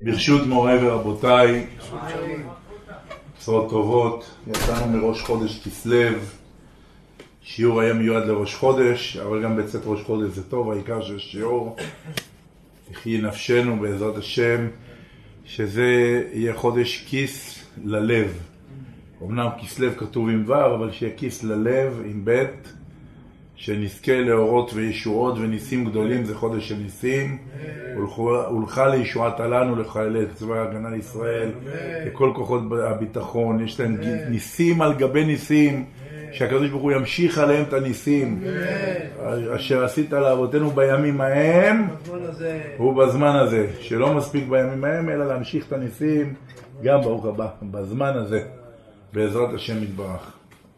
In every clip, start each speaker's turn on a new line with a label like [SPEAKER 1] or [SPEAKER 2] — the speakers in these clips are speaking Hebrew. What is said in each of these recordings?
[SPEAKER 1] ברשות מורי ורבותיי, בשורות טובות. יצאנו מראש חודש כסלו. שיעור היה מיועד לראש חודש, אבל גם בצאת ראש חודש זה טוב, העיקר של שיעור תחי נפשנו בעזרת השם, שזה יהיה חודש כיס ללב. אמנם כסלו כתוב עם ו', אבל שיהיה כיס ללב עם ב', שנזכה לאורות וישועות וניסים גדולים. זה חודש של ניסים. הולכה לישועת עלנו לחיילי צבא ההגנה לישראל, לכל כוחות הביטחון. יש להם ניסים על גבי ניסים, שהקדוש ברוך הוא ימשיך עליהם את הניסים אשר עשית לאבותינו בימים ההם ובזמן הזה. שלא מספיק בימים ההם, אלא להמשיך את הניסים גם ברוך הבא בזמן הזה, בעזרת השם יתברך.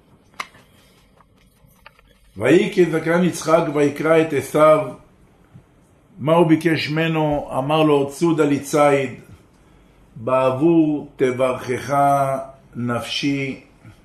[SPEAKER 1] ויהי כזקן יצחק ויקרא את עשיו. מה הוא ביקש ממנו? אמר לו, צודה לי ציד, בעבור תברכך נפשי.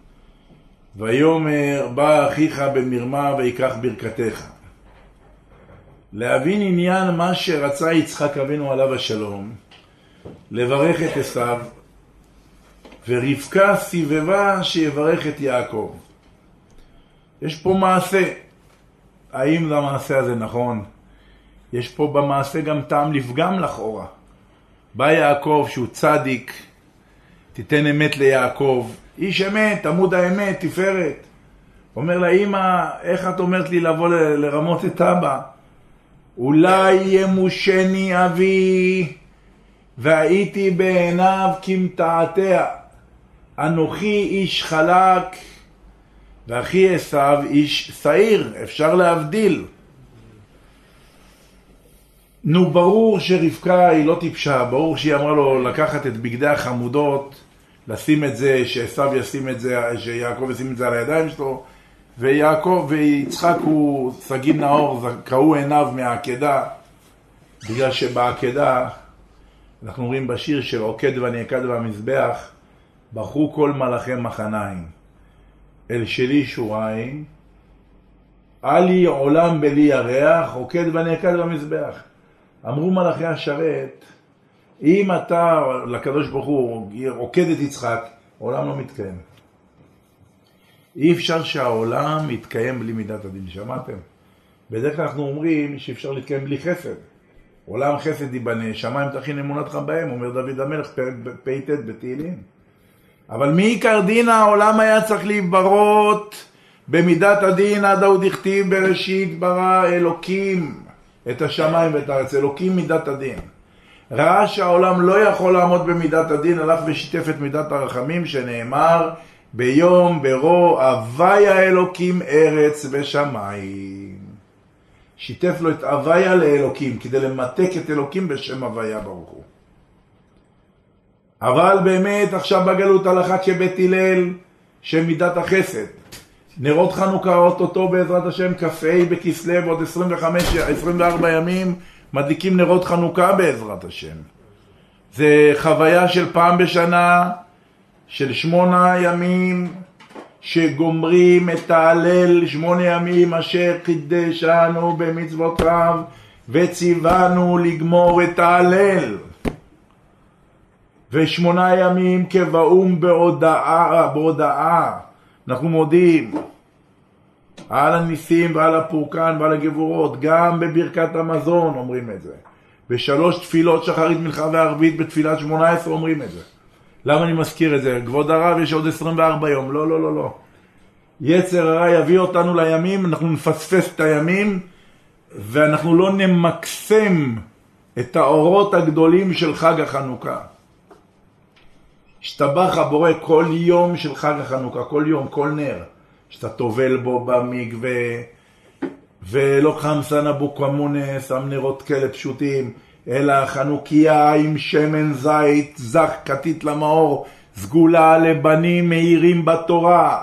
[SPEAKER 1] ויאמר, בא אחיך במרמה ויקח ברכתך. להבין עניין מה שרצה יצחק אבינו עליו השלום, לברך את עשיו, ורבקה סיבבה שיברך את יעקב. יש פה מעשה. האם המעשה הזה נכון? יש פה במעשה גם טעם לפגם לכאורה. בא יעקב שהוא צדיק, תיתן אמת ליעקב, איש אמת, עמוד האמת, תפארת. אומר לה, אמא, איך את אומרת לי לבוא לרמות את אבא? אולי ימושני אבי והייתי בעיניו כמתעתע. אנוכי איש חלק ואחי עשיו איש שעיר. אפשר להבדיל. נו, ברור שרבקה היא לא טיפשה. ברור שהיא אמרה לו לקחת את בגדי החמודות, לשים את זה, שעשיו ישים את זה, שיעקב ישים את זה על הידיים שלו, ויעקב ויצחק הוא סגין נאור, קראו עיניו מהעקדה, בגלל שבעקדה אנחנו רואים בשיר של עוקד ונעקד במזבח, בחרו כל מלאכי מחניים אל שלי שוריים, עלי עולם בלי ירח, עוקד ונעקד במזבח. אמרו מלאכי השרת, אם אתה לקדוש ברוך הוא עוקד את יצחק, העולם לא מתקיים. אי אפשר שהעולם יתקיים בלי מידת הדין. שמעתם? בדרך כלל אנחנו אומרים שאפשר להתקיים בלי חסד. עולם חסד ייבנה, שמיים תכין אמונתך בהם, אומר דוד המלך פ"ט בתהילים. אבל מעיקר דין העולם היה צריך להיברות במידת הדין. עד ההוא דכתיב בראשית ברא אלוקים את השמיים ואת הארץ. אלוקים מידת הדין. ראה שהעולם לא יכול לעמוד במידת הדין, הלך ושיתף את מידת הרחמים, שנאמר ביום ברו הוויה אלוקים ארץ ושמיים. שיתף לו את הוויה לאלוקים, כדי למתק את אלוקים בשם הוויה ברוך הוא. אבל באמת עכשיו בגלות הלכה כבית הלל, שמידת החסד. נרות חנוכה אותו בעזרת השם, כ"ה בכסלו, עוד 24 ימים, מדליקים נרות חנוכה בעזרת השם. זה חוויה של פעם בשנה, של 8 ימים, שגומרים את ההלל 8 ימים אשר קידשנו במצוותיו, וציוונו לגמור את ההלל. ו8 ימים כבאום בהודעה. אנחנו מודים על הניסים ועל הפורקן ועל הגבורות, גם בברכת המזון אומרים את זה. ב3 תפילות שחרית מנחה וערבית בתפילת 18 אומרים את זה. למה אני מזכיר את זה? כבוד הרב, יש עוד 24 יום. לא, לא, לא, לא. יצר הרע יביא אותנו לימים, אנחנו נפספס את הימים, ואנחנו לא נמקסם את האורות הגדולים של חג החנוכה. השתבח הבורא כל יום של חג החנוכה, כל יום, כל נר, שאתה טובל בו במקווה, ולא חמסן אבו כמונה, שם נרות כאלה פשוטים, אלא חנוכיה עם שמן זית, זך כתית למאור, סגולה לבנים מהירים בתורה.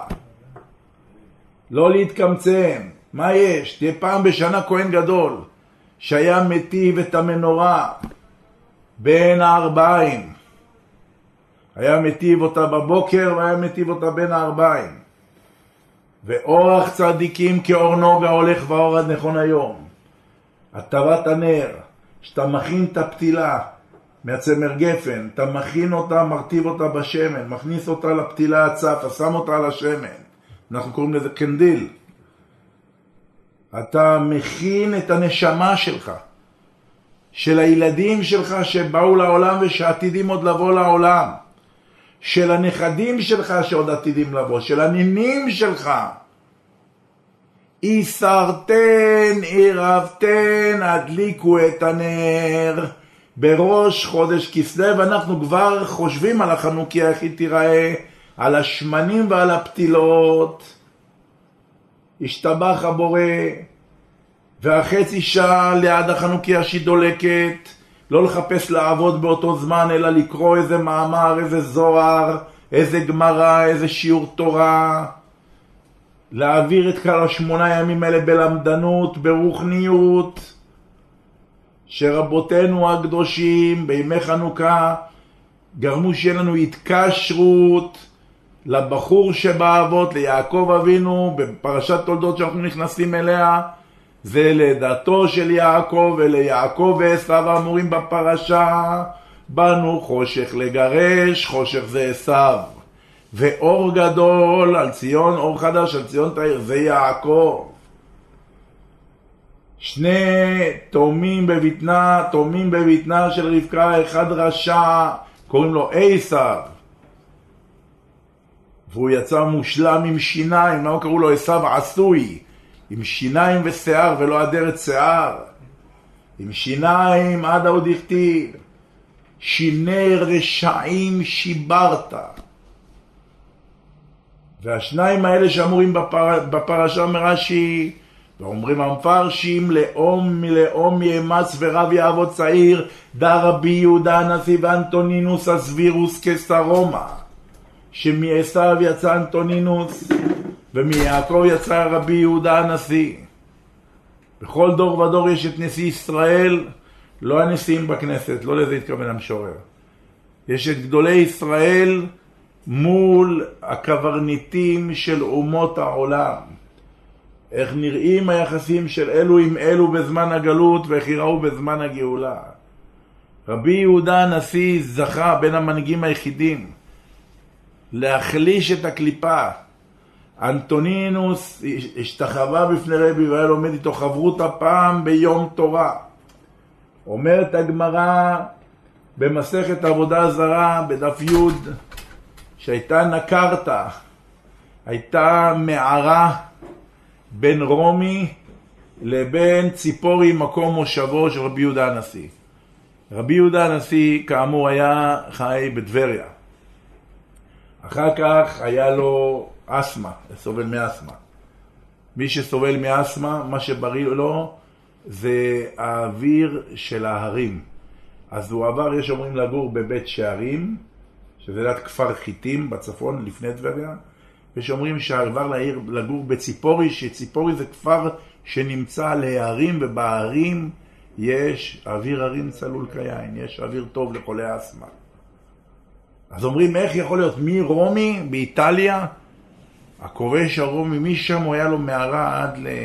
[SPEAKER 1] לא להתקמצם. מה יש? תהיה פעם בשנה כהן גדול, שהיה מטיב את המנורה בין הערביים. היה מטיב אותה בבוקר והיה מטיב אותה בין הערביים. ואורח צדיקים כאור נוגה הולך ואור עד נכון היום. הטבת הנר, שאתה מכין את הפתילה, מהצמר גפן, אתה מכין אותה, מרטיב אותה בשמן, מכניס אותה לפתילה הצפה, שם אותה על השמן. אנחנו קוראים לזה קנדיל. אתה מכין את הנשמה שלך, של הילדים שלך שבאו לעולם ושעתידים עוד לבוא לעולם, של הנכדים שלך שעוד עתידים לבוא, של הנינים שלך. איסרתן, עירבתן, הדליקו את הנר. בראש חודש כסלו אנחנו כבר חושבים על החנוכיה, איך היא תיראה, על השמנים ועל הפתילות. השתבח הבורא, והחצי שעה ליד החנוכיה שהיא דולקת, לא לחפש לעבוד באותו זמן, אלא לקרוא איזה מאמר, איזה זוהר, איזה גמרא, איזה שיעור תורה. להעביר את כל 8 ימים האלה בלמדנות, ברוחניות, שרבותינו הקדושים בימי חנוכה גרמו שיהיה לנו התקשרות לבחור שבאבות, ליעקב אבינו, בפרשת תולדות שאנחנו נכנסים אליה, זה לידתו של יעקב, וליעקב ועשיו האמורים בפרשה, באנו חושך לגרש, חושך זה עשיו, ואור גדול על ציון, אור חדש על ציון תאיר, זה יעקב. 2 תאומים בבטנה של רבקה, אחד רשע, קוראים לו עשיו, והוא יצא מושלם עם שיניים. למה קראו לו עשיו? עשוי, עם שיניים ושיער, ולא אדרת שיער, עם שיניים עד עוד הכתיב, שיני רשעים שיברת. והשניים האלה שאמורים בפרשה מרש"י, ואומרים המפרשים, לאום יאמץ ורב יעבוד צעיר, דה רבי יהודה הנשיא ואנטונינוס הסבירוס כסרומה, שמעשיו יצא אנטונינוס ומיעקב יצא רבי יהודה הנשיא. בכל דור ודור יש את נשיא ישראל, לא הנשיאים בכנסת, לא לזה התכוון המשורר. יש את גדולי ישראל מול הקברניטים של אומות העולם. איך נראים היחסים של אלו עם אלו בזמן הגלות, ואיך יראו בזמן הגאולה. רבי יהודה הנשיא זכה בין המנהיגים היחידים להחליש את הקליפה. אנטונינוס השתחווה בפני רבי והיה לומד איתו חברות הפעם ביום תורה. אומרת הגמרא במסכת עבודה זרה בדף י' שהייתה נקרתה, הייתה מערה בין רומי לבין ציפורי, מקום מושבו של רבי יהודה הנשיא. רבי יהודה הנשיא כאמור היה חי בטבריה. אחר כך היה לו אסמה, סובל מאסמה. מי שסובל מאסמה, מה שבריא לו זה האוויר של ההרים. אז הוא עבר, יש אומרים, לגור בבית שערים, שזה ליד כפר חיטים בצפון לפני טבריה, ושאומרים שעבר לגור בציפורי, שציפורי זה כפר שנמצא על ההרים, ובהרים יש אוויר הרים צלול כיין, יש אוויר טוב לחולי אסמה. אז אומרים, איך יכול להיות מרומי באיטליה, הכובש הרומי, משם הוא היה לו מערה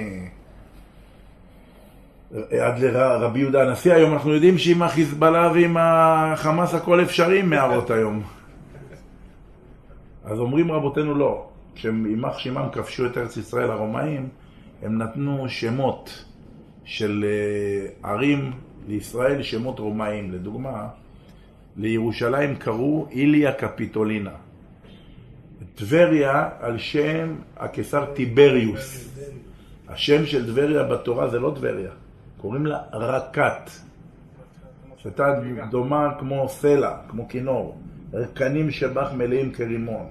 [SPEAKER 1] עד לרבי יהודה הנשיא. היום אנחנו יודעים שעם החיזבאללה ועם החמאס הכל אפשרי מערות היום. אז אומרים רבותינו לא, כשיימח שמם כבשו את ארץ ישראל הרומאים, הם נתנו שמות של ערים לישראל, שמות רומאים. לדוגמה, לירושלים קראו איליה קפיטולינה. טבריה על שם הקיסר טיבריוס. השם של טבריה בתורה זה לא טבריה, קוראים לה רקת. שאתה דומה כמו סלע, כמו כינור, רקנים שבח מלאים כרימון.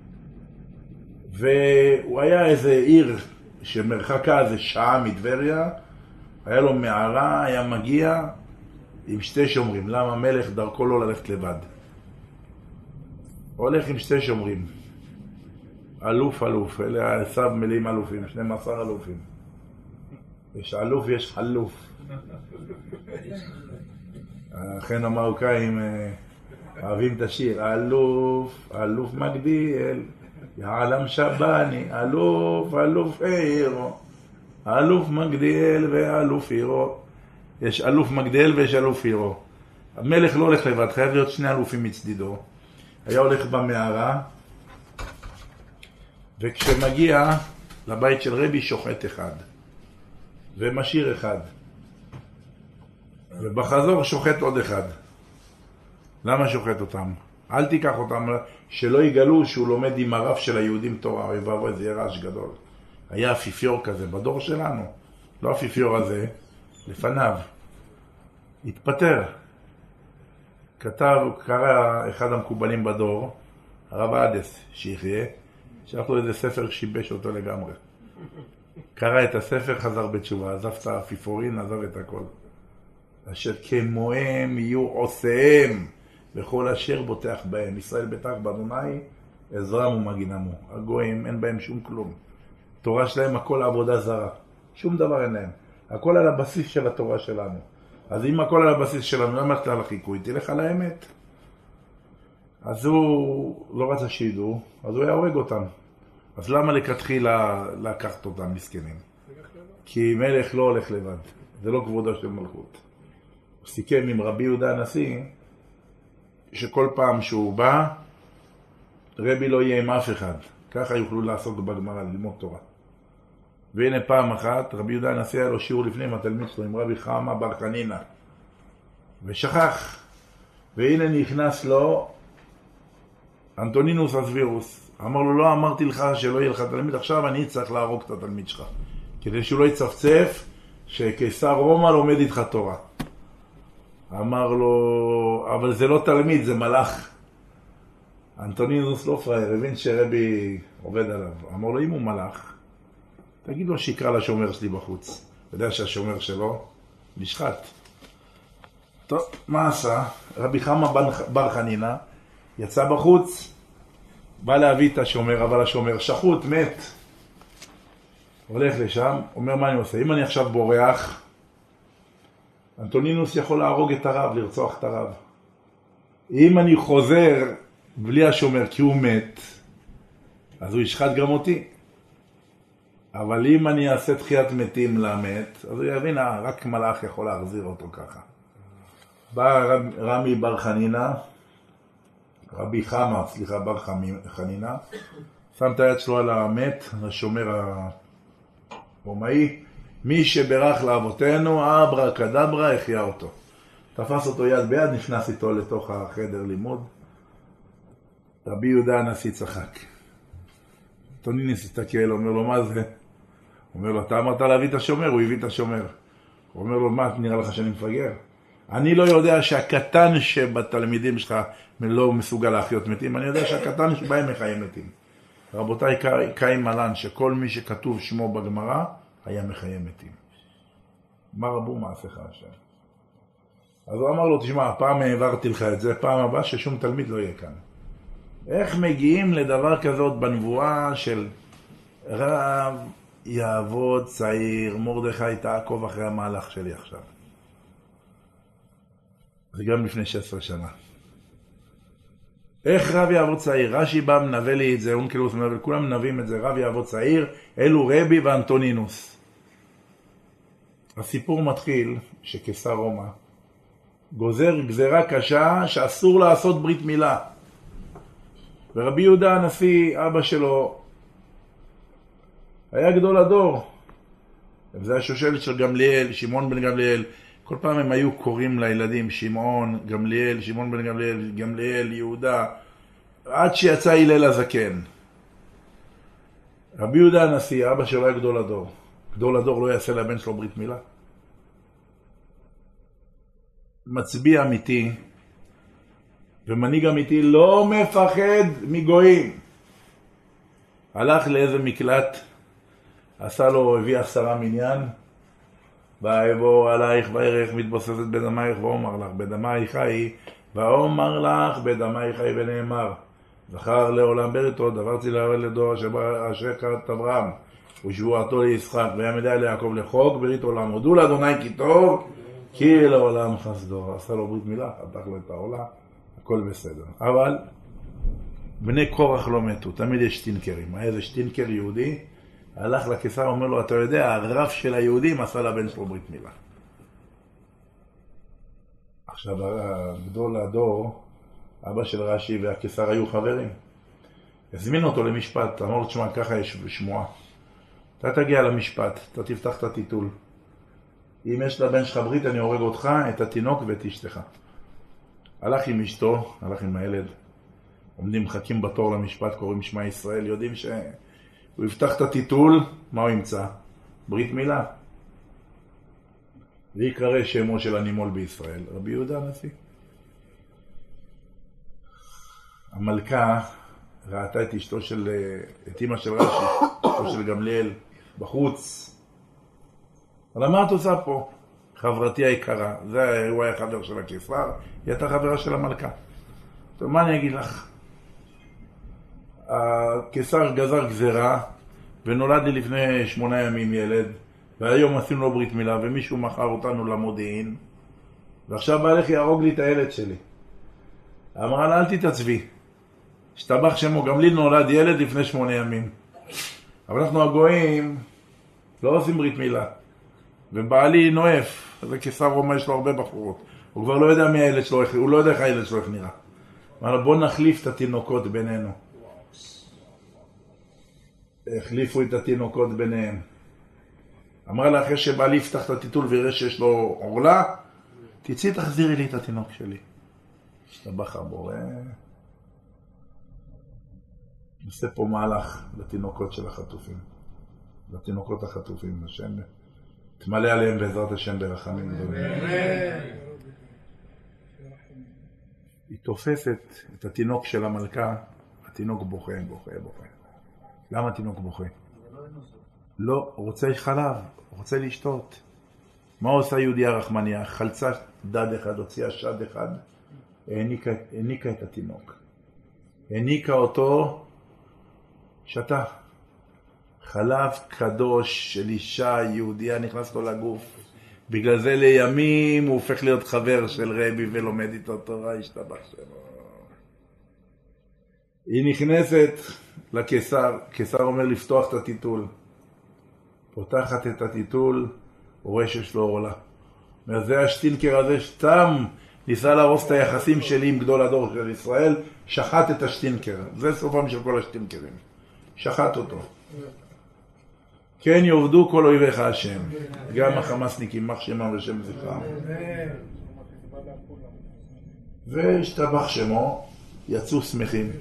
[SPEAKER 1] והוא היה איזה עיר שמרחקה איזה שעה מטבריה, היה לו מערה, היה מגיע עם 2 שומרים. למה? מלך דרכו לא ללכת לבד, הולך עם 2 שומרים, אלוף, אלה עשיו מלאים אלופים, 12 אלופים. יש אלוף ויש חלוף. לכן המרוקאים אוהבים את השיר, אלוף מגדיל, יעלם שבני, אלוף עירו, אלוף מגדיל ואלוף עירו. יש אלוף מגדיל ויש אלוף עירו. המלך לא הולך לבד, חייב להיות שני אלופים מצדידו. היה הולך במערה, וכשמגיע לבית של רבי שוחט אחד, ומשאיר אחד, ובחזור שוחט עוד אחד. למה שוחט אותם? אל תיקח אותם, שלא יגלו שהוא לומד עם הרב של היהודים תורה, ובאבו זה יהיה רעש גדול. היה אפיפיור כזה בדור שלנו, לא אפיפיור הזה, לפניו. התפטר. קרא אחד המקובלים בדור, הרב עדס, שיחיה, שלח לו איזה ספר, שיבש אותו לגמרי. קרא את הספר, חזר בתשובה, עזב את האפיפורין, עזב את הכל. אשר כמוהם יהיו עושיהם, וכל אשר בוטח בהם. ישראל בטח באדוני, עזרם ומגינמו. הגויים אין בהם שום כלום. תורה שלהם הכל עבודה זרה. שום דבר אין להם. הכל על הבסיס של התורה שלנו. אז אם הכל על הבסיס שלנו, לא אמרת על החיקוי, תלך על האמת. אז הוא לא רצה שידעו, אז הוא היה הורג אותם. אז למה לכתחילה לקחת אותם מסכנים? כי מלך לא הולך לבד. זה לא כבודו של מלכות. הוא סיכם עם רבי יהודה הנשיא, שכל פעם שהוא בא, רבי לא יהיה עם אף אחד. ככה יוכלו לעסוק בגמרא, ללמוד תורה. והנה פעם אחת, רבי יהודה הנשיא היה לו שיעור לפני עם התלמיד שלו, עם רבי חמא בר חנינא. ושכח. והנה נכנס לו אנטונינוס הסבירוס. אמר לו, לא אמרתי לך שלא יהיה לך תלמיד, עכשיו אני צריך להרוג את התלמיד שלך. כדי שהוא לא יצפצף, שקיסר רומא לומד איתך תורה. אמר לו, אבל זה לא תלמיד, זה מלאך. אנטונינוס לא פרייר, הבין שרבי עובד עליו. אמר לו, אם הוא מלאך, תגיד לו שיקרא לשומר שלי בחוץ. אתה יודע שהשומר שלו נשחט. טוב, מה עשה? רבי חמא בר חנינא יצא בחוץ, בא להביא את השומר, אבל השומר שחוט, מת. הולך לשם, אומר מה אני עושה? אם אני עכשיו בורח, אנטונינוס יכול להרוג את הרב, לרצוח את הרב. אם אני חוזר בלי השומר כי הוא מת, אז הוא ישחט גם אותי. אבל אם אני אעשה תחיית מתים למת, אז הוא יבין, רק מלאך יכול להחזיר אותו ככה. בא רמי בר חנינא, רבי חמא, בר חנינא, שם את היד שלו על המת, השומר הרומאי, מי שברך לאבותינו, אברה קדברה, החיה אותו. תפס אותו יד ביד, נכנס איתו לתוך החדר לימוד. רבי יהודה הנשיא צחק. אנטונינוס הסתכל, אומר לו, מה זה? אומר לו, אתה אמרת להביא את השומר, הוא הביא את השומר. הוא אומר לו, מה, נראה לך שאני מפגר? אני לא יודע שהקטן שבתלמידים שלך לא מסוגל להחיות מתים, אני יודע שהקטן שבהם מחיים מתים. רבותיי, קיים מלן שכל מי שכתוב שמו בגמרא, היה מחיים מתים. מה רבו מעשיך השם? אז הוא אמר לו, תשמע, פעם העברתי לך את זה, פעם הבאה ששום תלמיד לא יהיה כאן. איך מגיעים לדבר כזאת בנבואה של רב יעבוד צעיר, מרדכי תעקוב אחרי המהלך שלי עכשיו. זה גם לפני 16 שנה. איך רב יעבוד צעיר? רש"י בא מנבא לי את זה, אונקלוס מנבא, כולם מנבאים את זה, רב יעבוד צעיר, אלו רבי ואנטונינוס. הסיפור מתחיל שקיסר רומא גוזר גזרה קשה שאסור לעשות ברית מילה. ורבי יהודה הנשיא, אבא שלו, היה גדול הדור. זה השושלת של גמליאל, שמעון בן גמליאל. כל פעם הם היו קוראים לילדים שמעון, גמליאל, שמעון בן גמליאל, גמליאל, יהודה, עד שיצא הלל הזקן. רבי יהודה הנשיא, אבא שלו היה גדול הדור. גדול הדור לא יעשה לבן שלו ברית מילה. מצביע אמיתי ומנהיג אמיתי לא מפחד מגויים. הלך לאיזה מקלט, עשה לו, הביא 10 מניין, ואבוא עלייך וערך מתבוססת בדמייך ואומר לך בדמייך חיי, ואומר לך בדמייך חיי, ונאמר זכר לעולם בריתו, דבר צילה לדור אשר כרת אברהם ושבועתו לישחק, ויעמדה ליעקב לחוק ברית עולם, הודו לאדוני כי טוב כי לעולם חסדו. עשה לו ברית מילה, חתך לו את העולה, הכל בסדר. אבל בני קורח לא מתו, תמיד יש שטינקרים. היה איזה שטינקר יהודי, הלך לקיסר, אומר לו, אתה יודע, הרב של היהודים עשה לבן שלו ברית מילה. עכשיו, גדול הדור, אבא של רש"י והקיסר היו חברים. הזמין אותו למשפט, אמר לו, תשמע, ככה יש שמועה. אתה תגיע למשפט, אתה תפתח את הטיטול. אם יש לבן שלך ברית, אני הורג אותך, את התינוק ואת אשתך. הלך עם אשתו, הלך עם הילד. עומדים מחכים בתור למשפט, קוראים שמע ישראל, יודעים שהוא יפתח את הטיטול, מה הוא ימצא? ברית מילה. ויקרא שמו של הנימול בישראל, רבי יהודה הנשיא. המלכה ראתה את אשתו את אמא של רש"י, אשתו של גמליאל, בחוץ. אבל מה את עושה פה? חברתי היקרה, הוא היה חבר של הקיסר, היא הייתה חברה של המלכה. טוב, מה אני אגיד לך? הקיסר גזר גזרה, ונולד לי לפני 8 ימים ילד, והיום עשינו לו ברית מילה, ומישהו מכר אותנו למודיעין, ועכשיו בעלך יהרוג לי את הילד שלי. אמרה לה, אל תתעצבי. השתבח שמו, גם לי נולד ילד לפני 8 ימים. אבל אנחנו הגויים לא עושים ברית מילה. ובעלי נואף, אז הקיסר רומא יש לו הרבה בחורות. הוא כבר לא יודע מי הילד שלו, הוא לא יודע איך הילד שלו איך נראה. אמר, בוא נחליף את התינוקות בינינו. החליפו את התינוקות ביניהם. אמרה לה, אחרי שבעלי יפתח את הטיטול ויראה שיש לו עורלה, תצאי תחזירי לי את התינוק שלי. השתבח הבורא. נעשה פה מהלך לתינוקות של החטופים. לתינוקות החטופים, השם תמלא עליהם בעזרת השם ברחמים גדולים. היא תופסת את התינוק של המלכה, התינוק בוכה, בוכה, בוכה. למה התינוק בוכה? לא, הוא רוצה חלב, הוא רוצה לשתות. מה עושה יהודיה רחמניה? חלצה דד אחד, הוציאה שד אחד, העניקה את התינוק. העניקה אותו, שתה. חלב קדוש של אישה יהודיה נכנס לו לגוף. בגלל זה לימים הוא הופך להיות חבר של רבי ולומד איתו תורה, השתבח שמו. היא נכנסת לקיסר, קיסר אומר לפתוח את הטיטול. פותחת את הטיטול, הוא רואה שיש לו עורלה. זה השטינקר הזה שתם ניסה להרוס את היחסים שלי עם גדול הדור של ישראל, שחט את השטינקר. זה סופם של כל השטינקרים. שחט אותו. כן יעבדו כל אויביך השם, גם החמאסניקים, מח שמם ושם זכרם. והשתבח שמו, יצאו שמחים.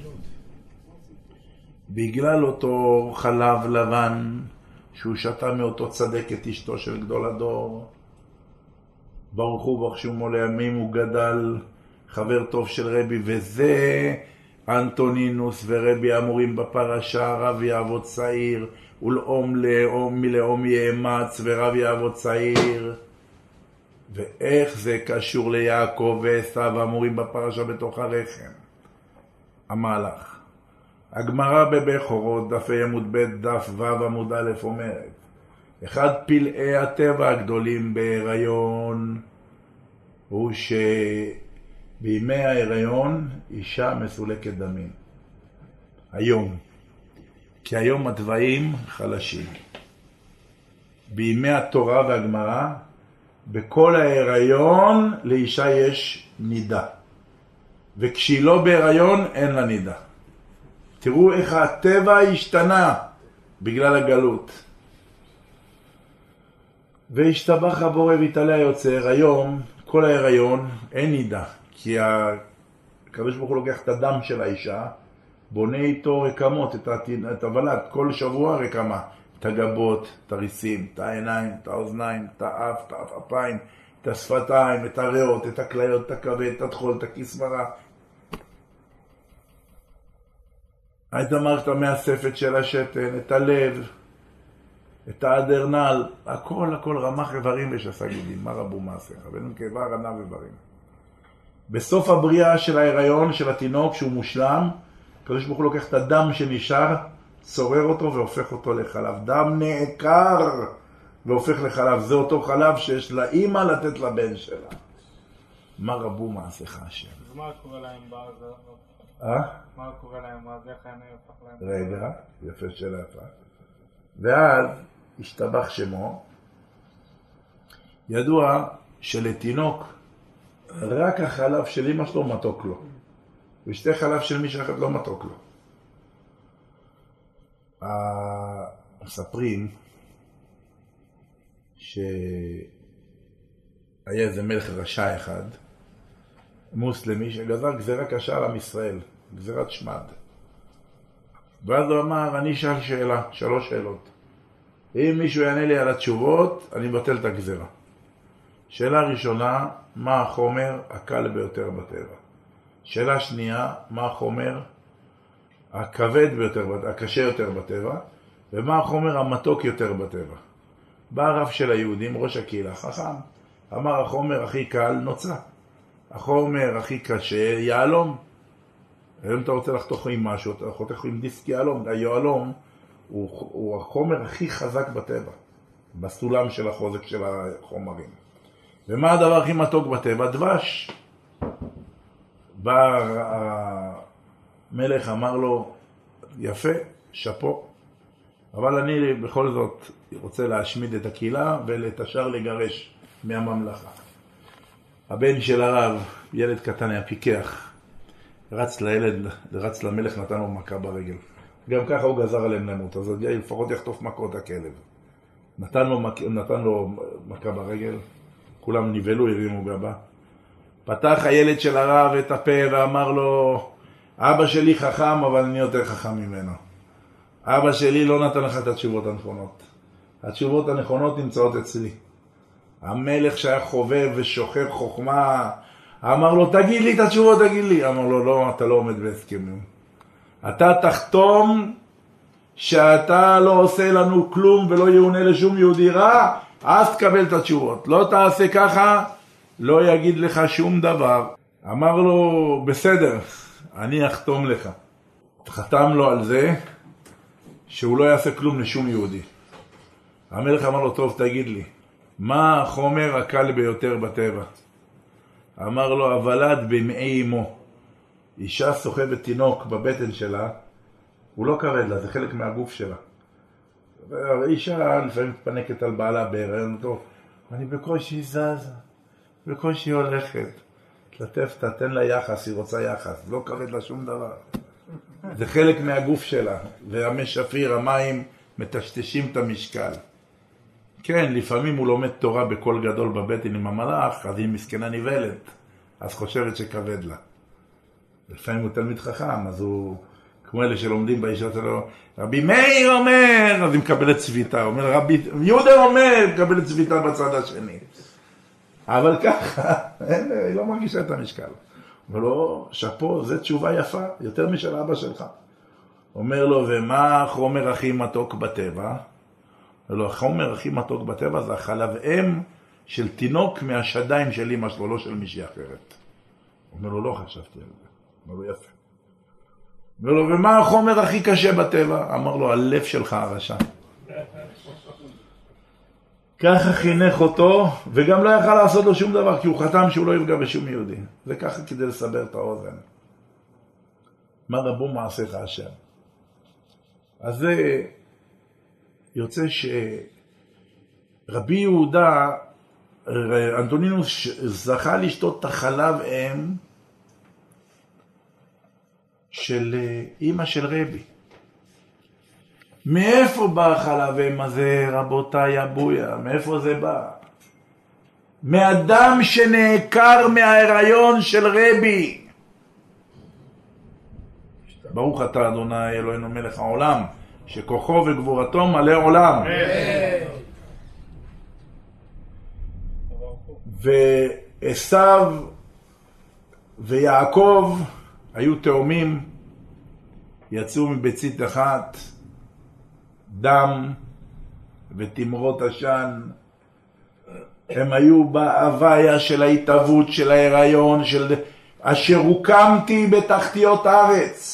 [SPEAKER 1] בגלל אותו חלב לבן, שהוא שתה מאותו צדק את אשתו של גדול הדור, ברוך הוא ברוך שמו לימים, הוא גדל חבר טוב של רבי, וזה אנטונינוס ורבי אמורים בפרשה, רב יעבוד צעיר, ולאום לאום מלאום יאמץ ורב יעבוד צעיר. ואיך זה קשור ליעקב ועשיו אמורים בפרשה בתוך הרחם? המהלך. הגמרא בבכורות, דף עמוד ב' דף ו' עמוד א' אומרת, אחד פלאי הטבע הגדולים בהיריון הוא שבימי ההיריון אישה מסולקת דמים. היום. כי היום הטבעים חלשים. בימי התורה והגמרא, בכל ההיריון לאישה יש נידה. וכשהיא לא בהיריון אין לה נידה. תראו איך הטבע השתנה בגלל הגלות. והשתבח הבורא והתעלה היוצר, היום כל ההיריון אין נידה. כי הקדוש ברוך הוא לוקח את הדם של האישה, בונה איתו רקמות, את הוולד, כל שבוע רקמה. את הגבות, את הריסים, את העיניים, את האוזניים, את האף, את האפיים, את השפתיים, את הריאות, את הכליות, את הכבד, את התחול, את הכסמרה. את המערכת המאספת של השתן, את הלב, את האדרנל, הכל רמ"ח איברים ושס"ה גידים. מה רבו מעשיך? בנו כאיבר, ענה ואיברים. בסוף הבריאה של ההיריון של התינוק שהוא מושלם, הקדוש ברוך הוא לוקח את הדם שנשאר, צורר אותו והופך אותו לחלב. דם נעקר והופך לחלב. זה אותו חלב שיש לאמא לתת לבן שלה. מה רבו מעשיך השם?
[SPEAKER 2] אז מה קורה להם בעזה? מה קורה להם בעזה? איך אני הופך להם?
[SPEAKER 1] רגע, יפה שאלה יפה. ואז השתבח שמו. ידוע שלתינוק רק החלב של אמא שלו מתוק לו. ושתי חלב של מישהו אחת לא מתוק לו. מספרים שהיה איזה מלך רשע אחד, מוסלמי, שגזר גזירה קשה על עם ישראל, גזירת שמד. ואז הוא אמר, אני אשאל שאלה, 3 שאלות. אם מישהו יענה לי על התשובות, אני מבטל את הגזירה. שאלה ראשונה, מה החומר הקל ביותר בטבע? שאלה שנייה, מה החומר הכבד ביותר, הקשה יותר בטבע? ומה החומר המתוק יותר בטבע? בא הרב של היהודים, ראש הקהילה, חכם, אמר החומר הכי קל נוצה, החומר הכי קשה יעלום. אם אתה רוצה לחתוך עם משהו, אתה חותך עם דיסק יעלום. היעלום הוא החומר הכי חזק בטבע, בסולם של החוזק של החומרים. ומה הדבר הכי מתוק בטבע? דבש. בא המלך, אמר לו, יפה, שפו, אבל אני בכל זאת רוצה להשמיד את הקהילה ואת השאר לגרש מהממלכה. הבן של הרב, ילד קטן, היה פיקח, רץ למלך, נתן לו מכה ברגל. גם ככה הוא גזר עליהם למות, אז לפחות יחטוף מכות הכלב. נתן לו מכה ברגל, כולם נבלו, הרימו גבה. פתח הילד של הרב את הפה ואמר לו, אבא שלי חכם, אבל אני יותר חכם ממנו. אבא שלי לא נתן לך את התשובות הנכונות. התשובות הנכונות נמצאות אצלי. המלך שהיה חובב ושוחר חוכמה, אמר לו, תגיד לי את התשובות, תגיד לי. אמר לו, לא, אתה לא עומד בהסכמים. אתה תחתום שאתה לא עושה לנו כלום ולא יעונה לשום יהודי רע, אז תקבל את התשובות. לא תעשה ככה, לא יגיד לך שום דבר. אמר לו, בסדר, אני אחתום לך. חתם לו על זה שהוא לא יעשה כלום לשום יהודי. המלך אמר לו, טוב, תגיד לי, מה החומר הקל ביותר בטבע? אמר לו, הוולד במעי אמו. אישה סוחבת תינוק בבטן שלה, הוא לא כבד לה, זה חלק מהגוף שלה. אישה לפעמים מתפנקת על בעלה בהיריון טוב, אני בקושי זזה, בקושי הולכת. תלטף, תתן לה יחס, היא רוצה יחס, לא כבד לה שום דבר. זה חלק מהגוף שלה, והמי שפיר, המים מטשטשים את המשקל. כן, לפעמים הוא לומד תורה בקול גדול בבטן עם המלאך, אז היא מסכנה נבלת, אז חושבת שכבד לה. לפעמים הוא תלמיד חכם, אז הוא, כמו אלה שלומדים בישיבה שלו, רבי מאיר אומר, אז היא מקבלת צביטה, אומר רבי יהודה אומר, מקבלת צביטה בצד השני. אבל ככה, היא לא מרגישה את המשקל. אומר לו, שפו, זו תשובה יפה, יותר משל אבא שלך. אומר לו, ומה החומר הכי מתוק בטבע? אומר לו, החומר הכי מתוק בטבע זה החלב אם של תינוק מהשדיים של אמא שלו, לא של מישהי אחרת. אומר לו, לא חשבתי על זה. אומר לו, יפה. אומר לו, ומה החומר הכי קשה בטבע? אמר לו, הלב שלך הרשע. ככה חינך אותו, וגם לא יכל לעשות לו שום דבר, כי הוא חתם שהוא לא יפגע בשום יהודי. זה ככה כדי לסבר את האוזן. מה רבו מעשיך השם? אז זה יוצא שרבי יהודה, אנטונינוס זכה לשתות את החלב אם של אמא של רבי. מאיפה בא החלב אם הזה, רבותיי אבויה? מאיפה זה בא? מאדם שנעקר מההיריון של רבי. ברוך אתה אדוני אלוהינו מלך העולם, שכוחו וגבורתו מלא עולם. ועשיו ויעקב היו תאומים, יצאו מביצית אחת, דם ותמרות עשן. הם היו בהוויה של ההתאבות של ההיריון, של אשר הוקמתי בתחתיות הארץ.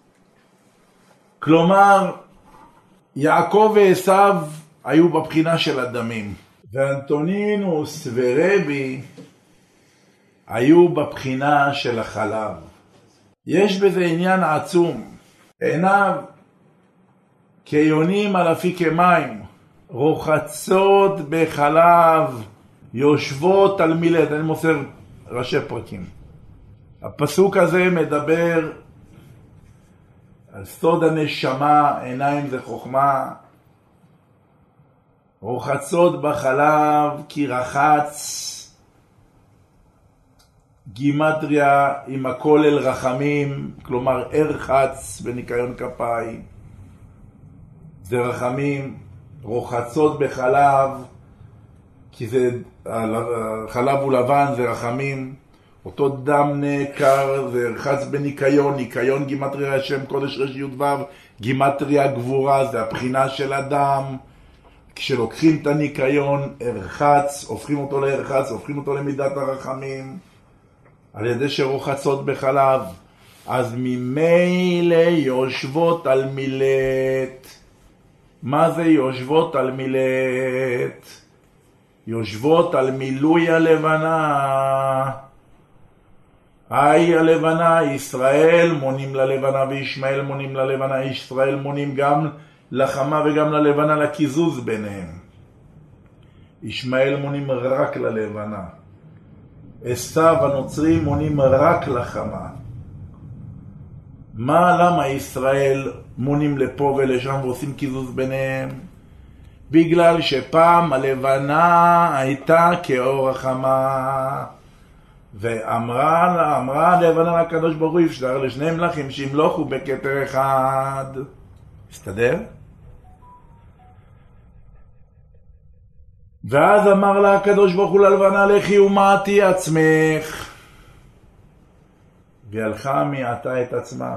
[SPEAKER 1] כלומר, יעקב ועשיו היו בבחינה של הדמים, ואנטונינוס ורבי היו בבחינה של החלב. יש בזה עניין עצום. עיניו כיונים על אפיקי מים, רוחצות בחלב, יושבות על מילט. אני מוסר ראשי פרקים. הפסוק הזה מדבר על סוד הנשמה, עיניים זה חוכמה, רוחצות בחלב כי רחץ, גימטריה עם הכולל רחמים, כלומר הרחץ בניקיון כפיים, זה רחמים, רוחצות בחלב, כי זה, החלב הוא לבן, זה רחמים, אותו דם נעקר, זה הרחץ בניקיון, ניקיון גימטריה שם קודש רש"י ו', גימטריה גבורה, זה הבחינה של הדם, כשלוקחים את הניקיון, הרחץ, הופכים אותו להרחץ, הופכים אותו למידת הרחמים, על ידי שרוחצות בחלב, אז ממילא יושבות על מילט. מה זה יושבות על מילט? יושבות על מילוי הלבנה. היי הלבנה, ישראל מונים ללבנה וישמעאל מונים ללבנה, ישראל מונים גם לחמה וגם ללבנה, לקיזוז ביניהם. ישמעאל מונים רק ללבנה. עשיו הנוצרי מונים רק לחמה. למה ישראל מונים לפה ולשם ועושים קיזוז ביניהם? בגלל שפעם הלבנה הייתה כאור החמה, ואמרה הלבנה לקדוש ברוך הוא, אפשר לשני מלכים שימלוכו בכתר אחד. הסתדר? ואז אמר לה הקדוש ברוך הוא ללבנה, לכי ומעטי עצמך, והלכה מעטה את עצמה.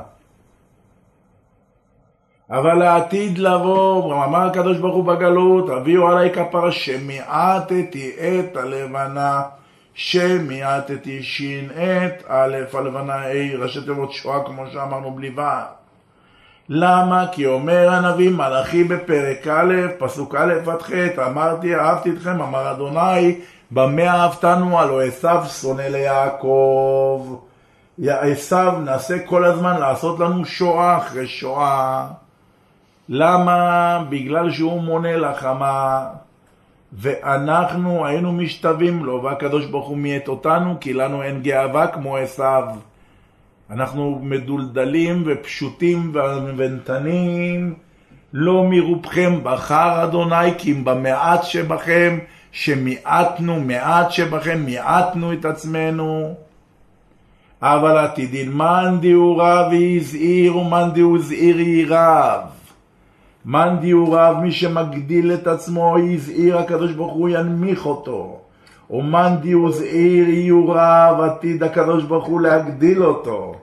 [SPEAKER 1] אבל לעתיד לבוא, אמר הקדוש ברוך הוא בגלות, הביאו עליי כפרה שמיעטתי את הלבנה, שמיעטתי שין את א' הלבנה ראשי תיבות שואה, כמו שאמרנו בלי ו'. למה? כי אומר הנביא מלאכי בפרק א', פסוק א' עד ח', אמרתי אהבתי אתכם, אמר אדוני, במה אהבתנו? הלא עשיו שונא ליעקב. עשיו נעשה כל הזמן לעשות לנו שואה אחרי שואה. למה? בגלל שהוא מונה לחמה, ואנחנו היינו משתווים לו, והקדוש ברוך הוא מיית אותנו, כי לנו אין גאווה כמו עשיו. אנחנו מדולדלים ופשוטים ונתנים, לא מרובכם בחר אדוני, כי אם במעט שבכם, שמיעטנו מעט שבכם, מיעטנו את עצמנו. אבל עתידין מאן דהוא רב יזהיר ומאן דהוא זהיר ירב. מאן דהוא רב, מי שמגדיל את עצמו יזהיר, הקדוש ברוך הוא ינמיך אותו. ומאן דהוא זהיר יורב, עתיד הקדוש ברוך הוא להגדיל אותו.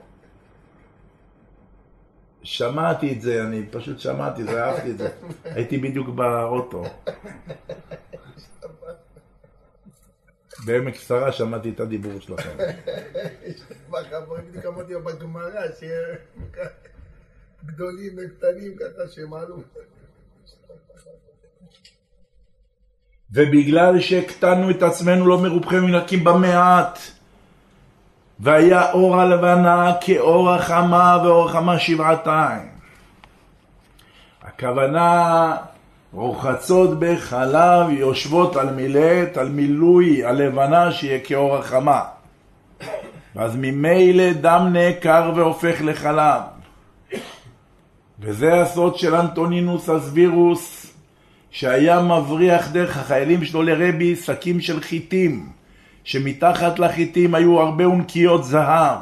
[SPEAKER 1] שמעתי את זה, אני פשוט שמעתי, זה אהבתי את זה. הייתי בדיוק באוטו. בעמק שרה שמעתי את הדיבור שלכם.
[SPEAKER 3] בדיוק אמרתי בגמרא, גדולים וקטנים ככה שמעלו.
[SPEAKER 1] ובגלל שהקטנו את עצמנו לא מרובכם מנקים במעט, והיה אור הלבנה כאור החמה, ואור החמה שבעתיים. הכוונה רוחצות בחלב, יושבות על מילט, על מילוי הלבנה שיהיה כאור החמה. ואז ממילא דם נעקר והופך לחלב. וזה הסוד של אנטונינוס הסבירוס, שהיה מבריח דרך החיילים שלו לרבי שקים של חיטים, שמתחת לחיטים היו הרבה אונקיות זהב.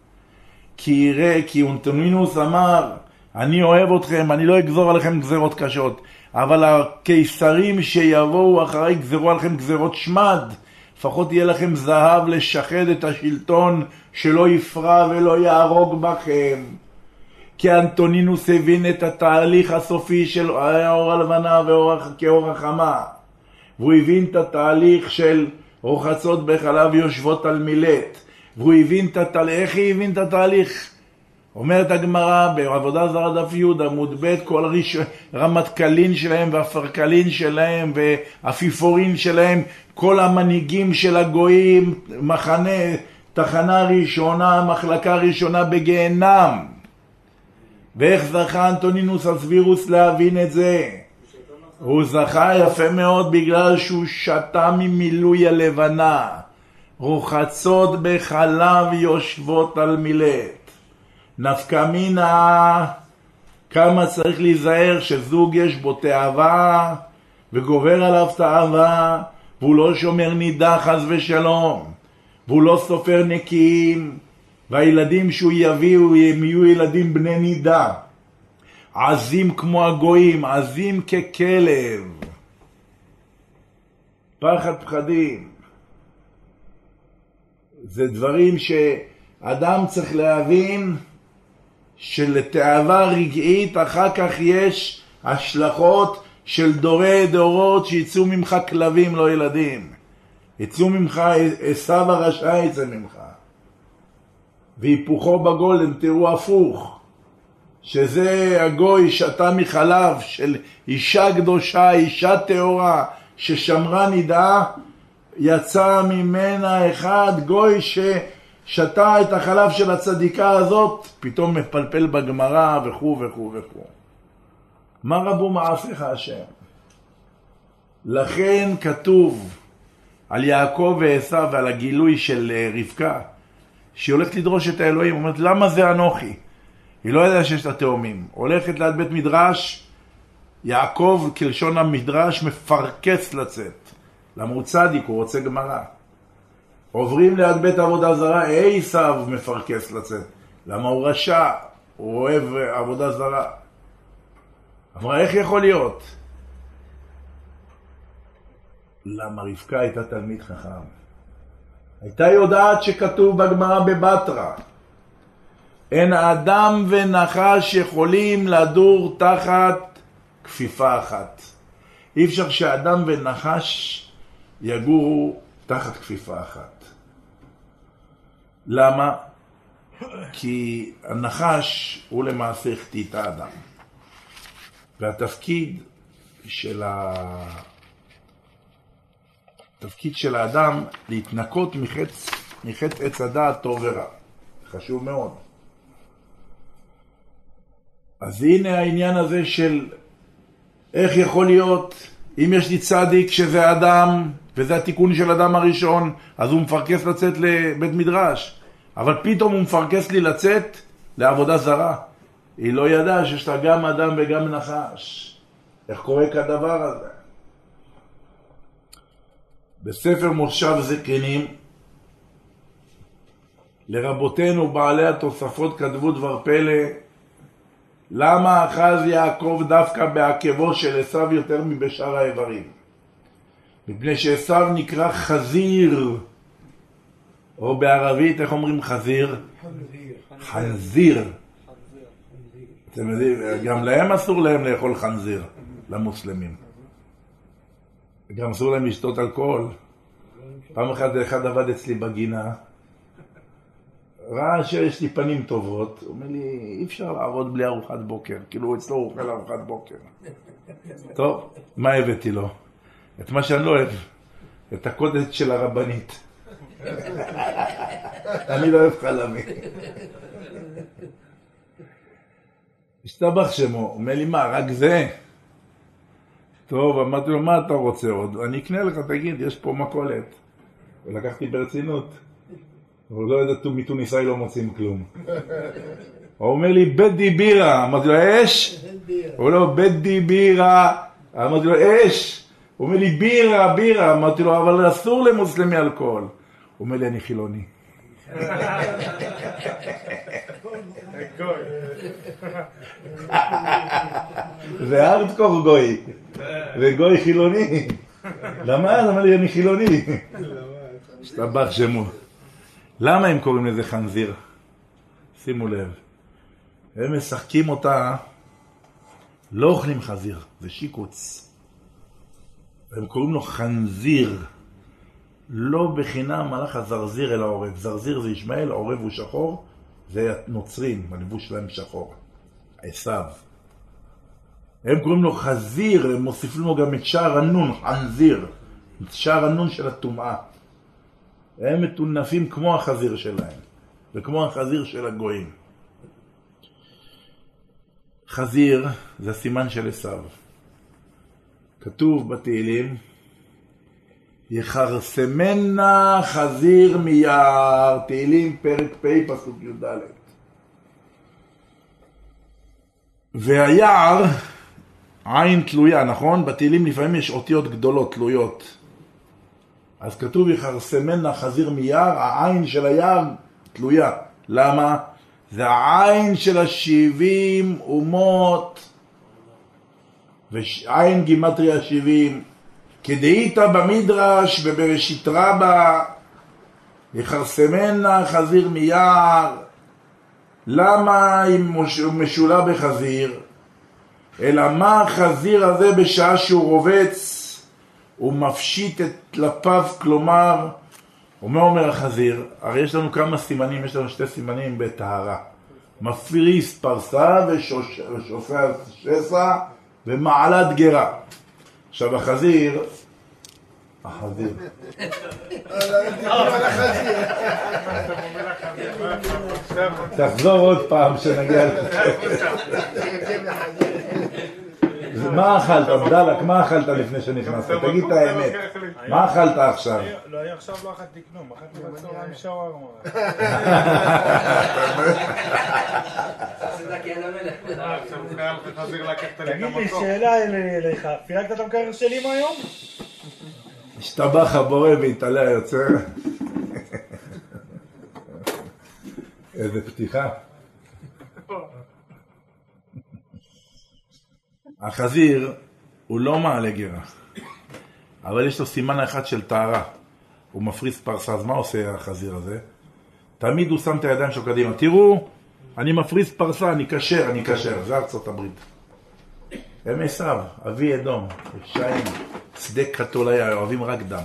[SPEAKER 1] כי אנטונינוס אמר, אני אוהב אתכם, אני לא אגזור עליכם גזרות קשות, אבל הקיסרים שיבואו אחרי יגזרו עליכם גזרות שמד, לפחות יהיה לכם זהב לשחד את השלטון, שלא יפרע ולא יהרוג בכם. כי אנטונינוס הבין את התהליך הסופי של האור הלבנה כאור החמה, והוא הבין את התהליך של רוחצות בחלב יושבות על מילט, והוא הבין את התהליך. איך היא הבין את התהליך? אומרת הגמרא בעבודה זרה דף י' עמוד ב', כל רמטכ"לין שלהם והפרקלין שלהם והפיפורין שלהם, כל המנהיגים של הגויים, תחנה ראשונה, מחלקה ראשונה בגיהנם. ואיך זכה אנטונינוס הסבירוס להבין את זה? הוא זכה יפה מאוד בגלל שהוא שתה ממילוי הלבנה. רוחצות בחלב יושבות על מילט. נפקא מינה, כמה צריך להיזהר שזוג יש בו תאווה וגובר עליו תאווה, והוא לא שומר נידה חס ושלום, והוא לא סופר נקיים, והילדים שהוא יביא הם יהיו ילדים בני נידה, עזים כמו הגויים, עזים ככלב, פחד פחדים. זה דברים שאדם צריך להבין, שלתאווה רגעית אחר כך יש השלכות של דורי דורות, שיצאו ממך כלבים לא ילדים, יצאו ממך עשיו הרשע יצא ממך, והיפוכו בגולם תראו הפוך, שזה הגוי שתה מחלב של אישה קדושה, אישה טהורה ששמרה נידה, יצא ממנה אחד גוי ששתה את החלב של הצדיקה הזאת, פתאום מפלפל בגמרא וכו' וכו' וכו'. מה רבו מעשיך השם? לכן כתוב על יעקב ועשיו ועל הגילוי של רבקה, שהיא הולכת לדרוש את האלוהים, אומרת למה זה אנוכי? היא לא יודעת שיש את התאומים, הולכת ליד בית מדרש, יעקב כלשון המדרש מפרקס לצאת, למה הוא צדיק, הוא רוצה גמרא. עוברים ליד בית עבודה זרה, עשיו מפרקס לצאת, למה הוא רשע, הוא אוהב עבודה זרה. אמרה איך יכול להיות? למה רבקה הייתה תלמיד חכם, הייתה יודעת שכתוב בגמרא בבטרה, אין אדם ונחש יכולים לדור תחת כפיפה אחת. אי אפשר שאדם ונחש יגורו תחת כפיפה אחת. למה? כי הנחש הוא למעשה החטיא את האדם, והתפקיד של האדם להתנקות מחטא עץ הדעת טוב ורע. חשוב מאוד. אז הנה העניין הזה של איך יכול להיות, אם יש לי צדיק שזה אדם, וזה התיקון של אדם הראשון, אז הוא מפרקס לצאת לבית מדרש, אבל פתאום הוא מפרקס לי לצאת לעבודה זרה. היא לא ידעה שיש לה גם אדם וגם נחש. איך קורה כדבר הזה? בספר מושב זקנים, לרבותינו בעלי התוספות כתבו דבר פלא, למה אחז יעקב דווקא בעקבו של עשיו יותר מבשאר האיברים? מפני שעשיו נקרא חזיר, או בערבית איך אומרים חזיר? חנזיר. אתם יודעים, גם להם אסור להם לאכול חנזיר, למוסלמים. גם אסור להם לשתות אלכוהול. פעם אחד עבד אצלי בגינה, ראה שיש לי פנים טובות, הוא אומר לי, אי אפשר לעבוד בלי ארוחת בוקר, כאילו אצלו הוא אוכל ארוחת בוקר. טוב, מה הבאתי לו? את מה שאני לא אוהב, את הקודש של הרבנית. אני לא אוהב חלמי. השתבח שמו, הוא אומר לי, מה, רק זה? טוב, אמרתי לו, מה אתה רוצה עוד? אני אקנה לך, תגיד, יש פה מקולת. ולקחתי ברצינות. הוא לא יודע, מתוניסאי לא מוצאים כלום. הוא אומר לי, בדי בירה. אמרתי לו, אש? הוא לא, בדי בירה. אמרתי לו, אש? הוא אומר לי, בירה. אמרתי לו, אבל אסור למוסלמי אלכוהול. הוא אומר לי, אני חילוני. זה ארדקור גוי. וגוי חילוני. למה? אמר לי, אני חילוני. השתבח שמו. למה הם קוראים לזה חנזיר? שימו לב. הם משחקים אותה, לא אוכלים חזיר, זה שיקוץ. הם קוראים לו חנזיר. לא בחינם מלאך הזרזיר אל העורב. זרזיר זה ישמעאל, העורב הוא שחור, זה הנוצרים, הלבוש שלהם שחור. עשיו. הם קוראים לו חזיר, הם מוסיפים לו גם את שער הנון, חנזיר. את שער הנון של הטומאה. הם מטונפים כמו החזיר שלהם, וכמו החזיר של הגויים. חזיר זה הסימן של עשיו. כתוב בתהילים, יחרסמנה חזיר מיער, תהילים פרק פ' פסוק י"ד. והיער, עין תלויה, נכון? בתהילים לפעמים יש אותיות גדולות תלויות. אז כתוב יחרסמנה חזיר מיער, העין של היער תלויה. למה? זה העין של 70 אומות, ועין גימטריה 70. כדאית במדרש ובראשית רבה, יחרסמנה חזיר מיער. למה הוא משולה בחזיר? אלא מה החזיר הזה בשעה שהוא רובץ? הוא מפשיט את טלפיו, כלומר, ומה אומר החזיר? הרי יש לנו כמה סימנים, יש לנו שתי סימנים בטהרה. מפריס פרסה ושופע שסע ומעלת גרה. עכשיו החזיר, תחזור עוד פעם שנגיע מה אכלת, עבדלק? מה אכלת לפני שנכנסת? תגיד את האמת. מה אכלת עכשיו?
[SPEAKER 2] לא, אני עכשיו לא אכלתי כלום, אכלתי בצהריים שווארמה.
[SPEAKER 4] תגיד לי, שאלה אליך, פילקת את המקרר של אמא היום?
[SPEAKER 1] השתבח הבורא והתעלה היוצר. איזה פתיחה. החזיר הוא לא מעלה גרה, אבל יש לו סימן אחד של טהרה. הוא מפריס פרסה. אז מה עושה החזיר הזה? תמיד הוא שם את הידיים שלו קדימה. תראו, אני מפריס פרסה, אני קשר. זה ארצות הברית. הם עשיו, אבי אדום, שיים, שדה קתוליה, אוהבים רק דם.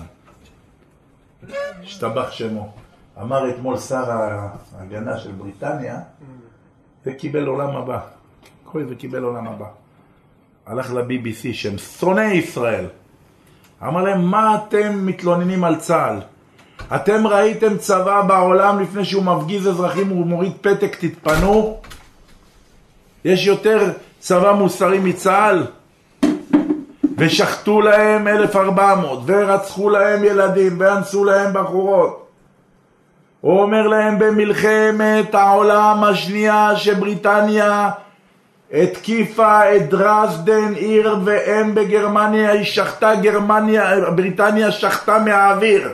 [SPEAKER 1] השתבח שמו. אמר אתמול שר ההגנה של בריטניה, וקיבל עולם הבא. וקיבל עולם הבא. הלך ל-BBC שהם שונאי ישראל. אמר להם, מה אתם מתלוננים על צה"ל? אתם ראיתם צבא בעולם לפני שהוא מפגיז אזרחים ומוריד פתק, תתפנו? יש יותר צבא מוסרי מצה"ל? ושחטו להם 1,400 ורצחו להם ילדים ואנסו להם בחורות. הוא אומר להם במלחמת העולם השנייה שבריטניה התקיפה את דרזדן, עיר ואם בגרמניה, היא שחטה בריטניה שחטה מהאוויר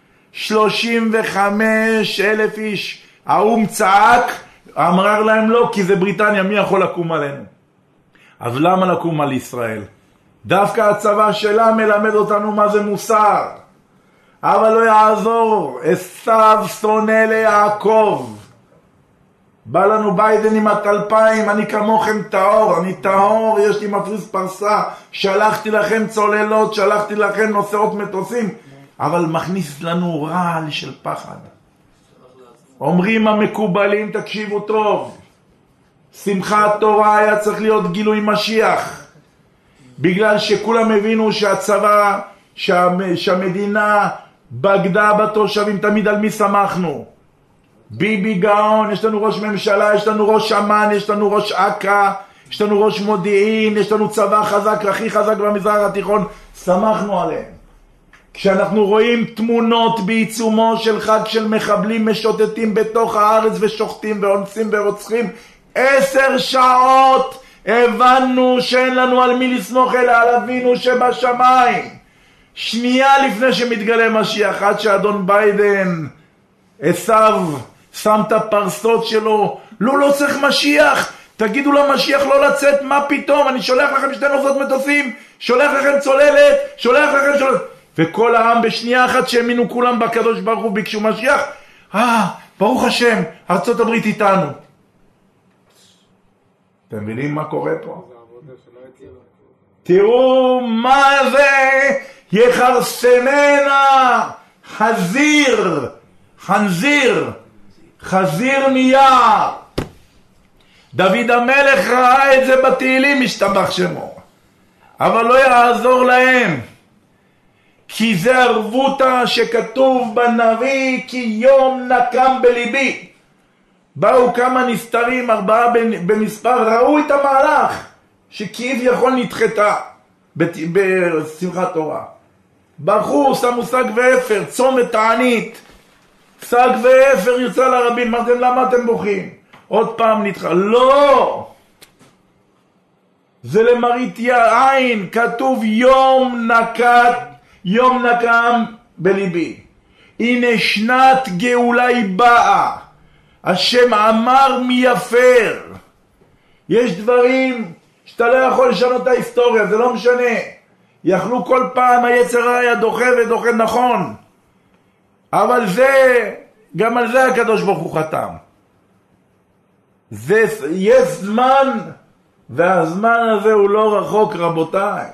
[SPEAKER 1] 35,000 איש. האום צעק, אמר להם לא, כי זה בריטניה, מי יכול לקום עלינו? אז למה לקום על ישראל? דווקא הצבא שלה מלמד אותנו מה זה מוסר. אבל לא יעזור, עשיו שונא ליעקב. בא לנו ביידן עם הטלפיים, אני כמוכם טהור, אני טהור, יש לי מפריס פרסה, שלחתי לכם צוללות, שלחתי לכם נוסעות מטוסים, אבל מכניס לנו רעל של פחד. אומרים המקובלים, תקשיבו טוב, שמחת תורה היה צריך להיות גילוי משיח, בגלל שכולם הבינו שהצבא, שהמדינה בגדה בתושבים, תמיד על מי שמחנו? ביבי גאון, יש לנו ראש ממשלה, יש לנו ראש אמן, יש לנו ראש אקה, יש לנו ראש מודיעין, יש לנו צבא חזק, הכי חזק במזרח התיכון, שמחנו עליהם. כשאנחנו רואים תמונות בעיצומו של חג של מחבלים משוטטים בתוך הארץ ושוחטים ואונסים ורוצחים, 10 שעות הבנו שאין לנו על מי לסמוך אלא על אבינו שבשמיים. שנייה לפני שמתגלה משיח, עד שאדון ביידן עשיו שם את הפרסות שלו, לא צריך משיח, תגידו למשיח לא לצאת, מה פתאום, אני שולח לכם 2 נוסעות מטוסים, שולח לכם צוללת, וכל העם בשנייה אחת שהאמינו כולם בקדוש ברוך הוא ביקשו משיח, ברוך השם, ארצות הברית איתנו. אתם מבינים מה קורה פה? תראו מה זה יחרסמנה חזיר מיער. דוד המלך ראה את זה בתהילים, השתבח שמו, אבל לא יעזור להם, כי זה ערבותה שכתוב בנביא, כי יום נקם בליבי. באו כמה נסתרים, 4 במספר, ראו את המהלך שכביכול נדחתה בשמחת תורה. בחור שמו שק ואפר, צומת תענית, שק ואפר יוצא לרבים, אמרתם למה אתם בוכים? עוד פעם נדחה, לא! זה למראית עין, כתוב יום נקם בליבי. הנה שנת גאולה היא באה, השם אמר מי יפר. יש דברים שאתה לא יכול לשנות את ההיסטוריה, זה לא משנה. יכלו כל פעם היצר היה דוחה ודוחה, נכון. אבל זה, גם על זה הקדוש ברוך הוא חתם. יש זמן, והזמן הזה הוא לא רחוק רבותיי.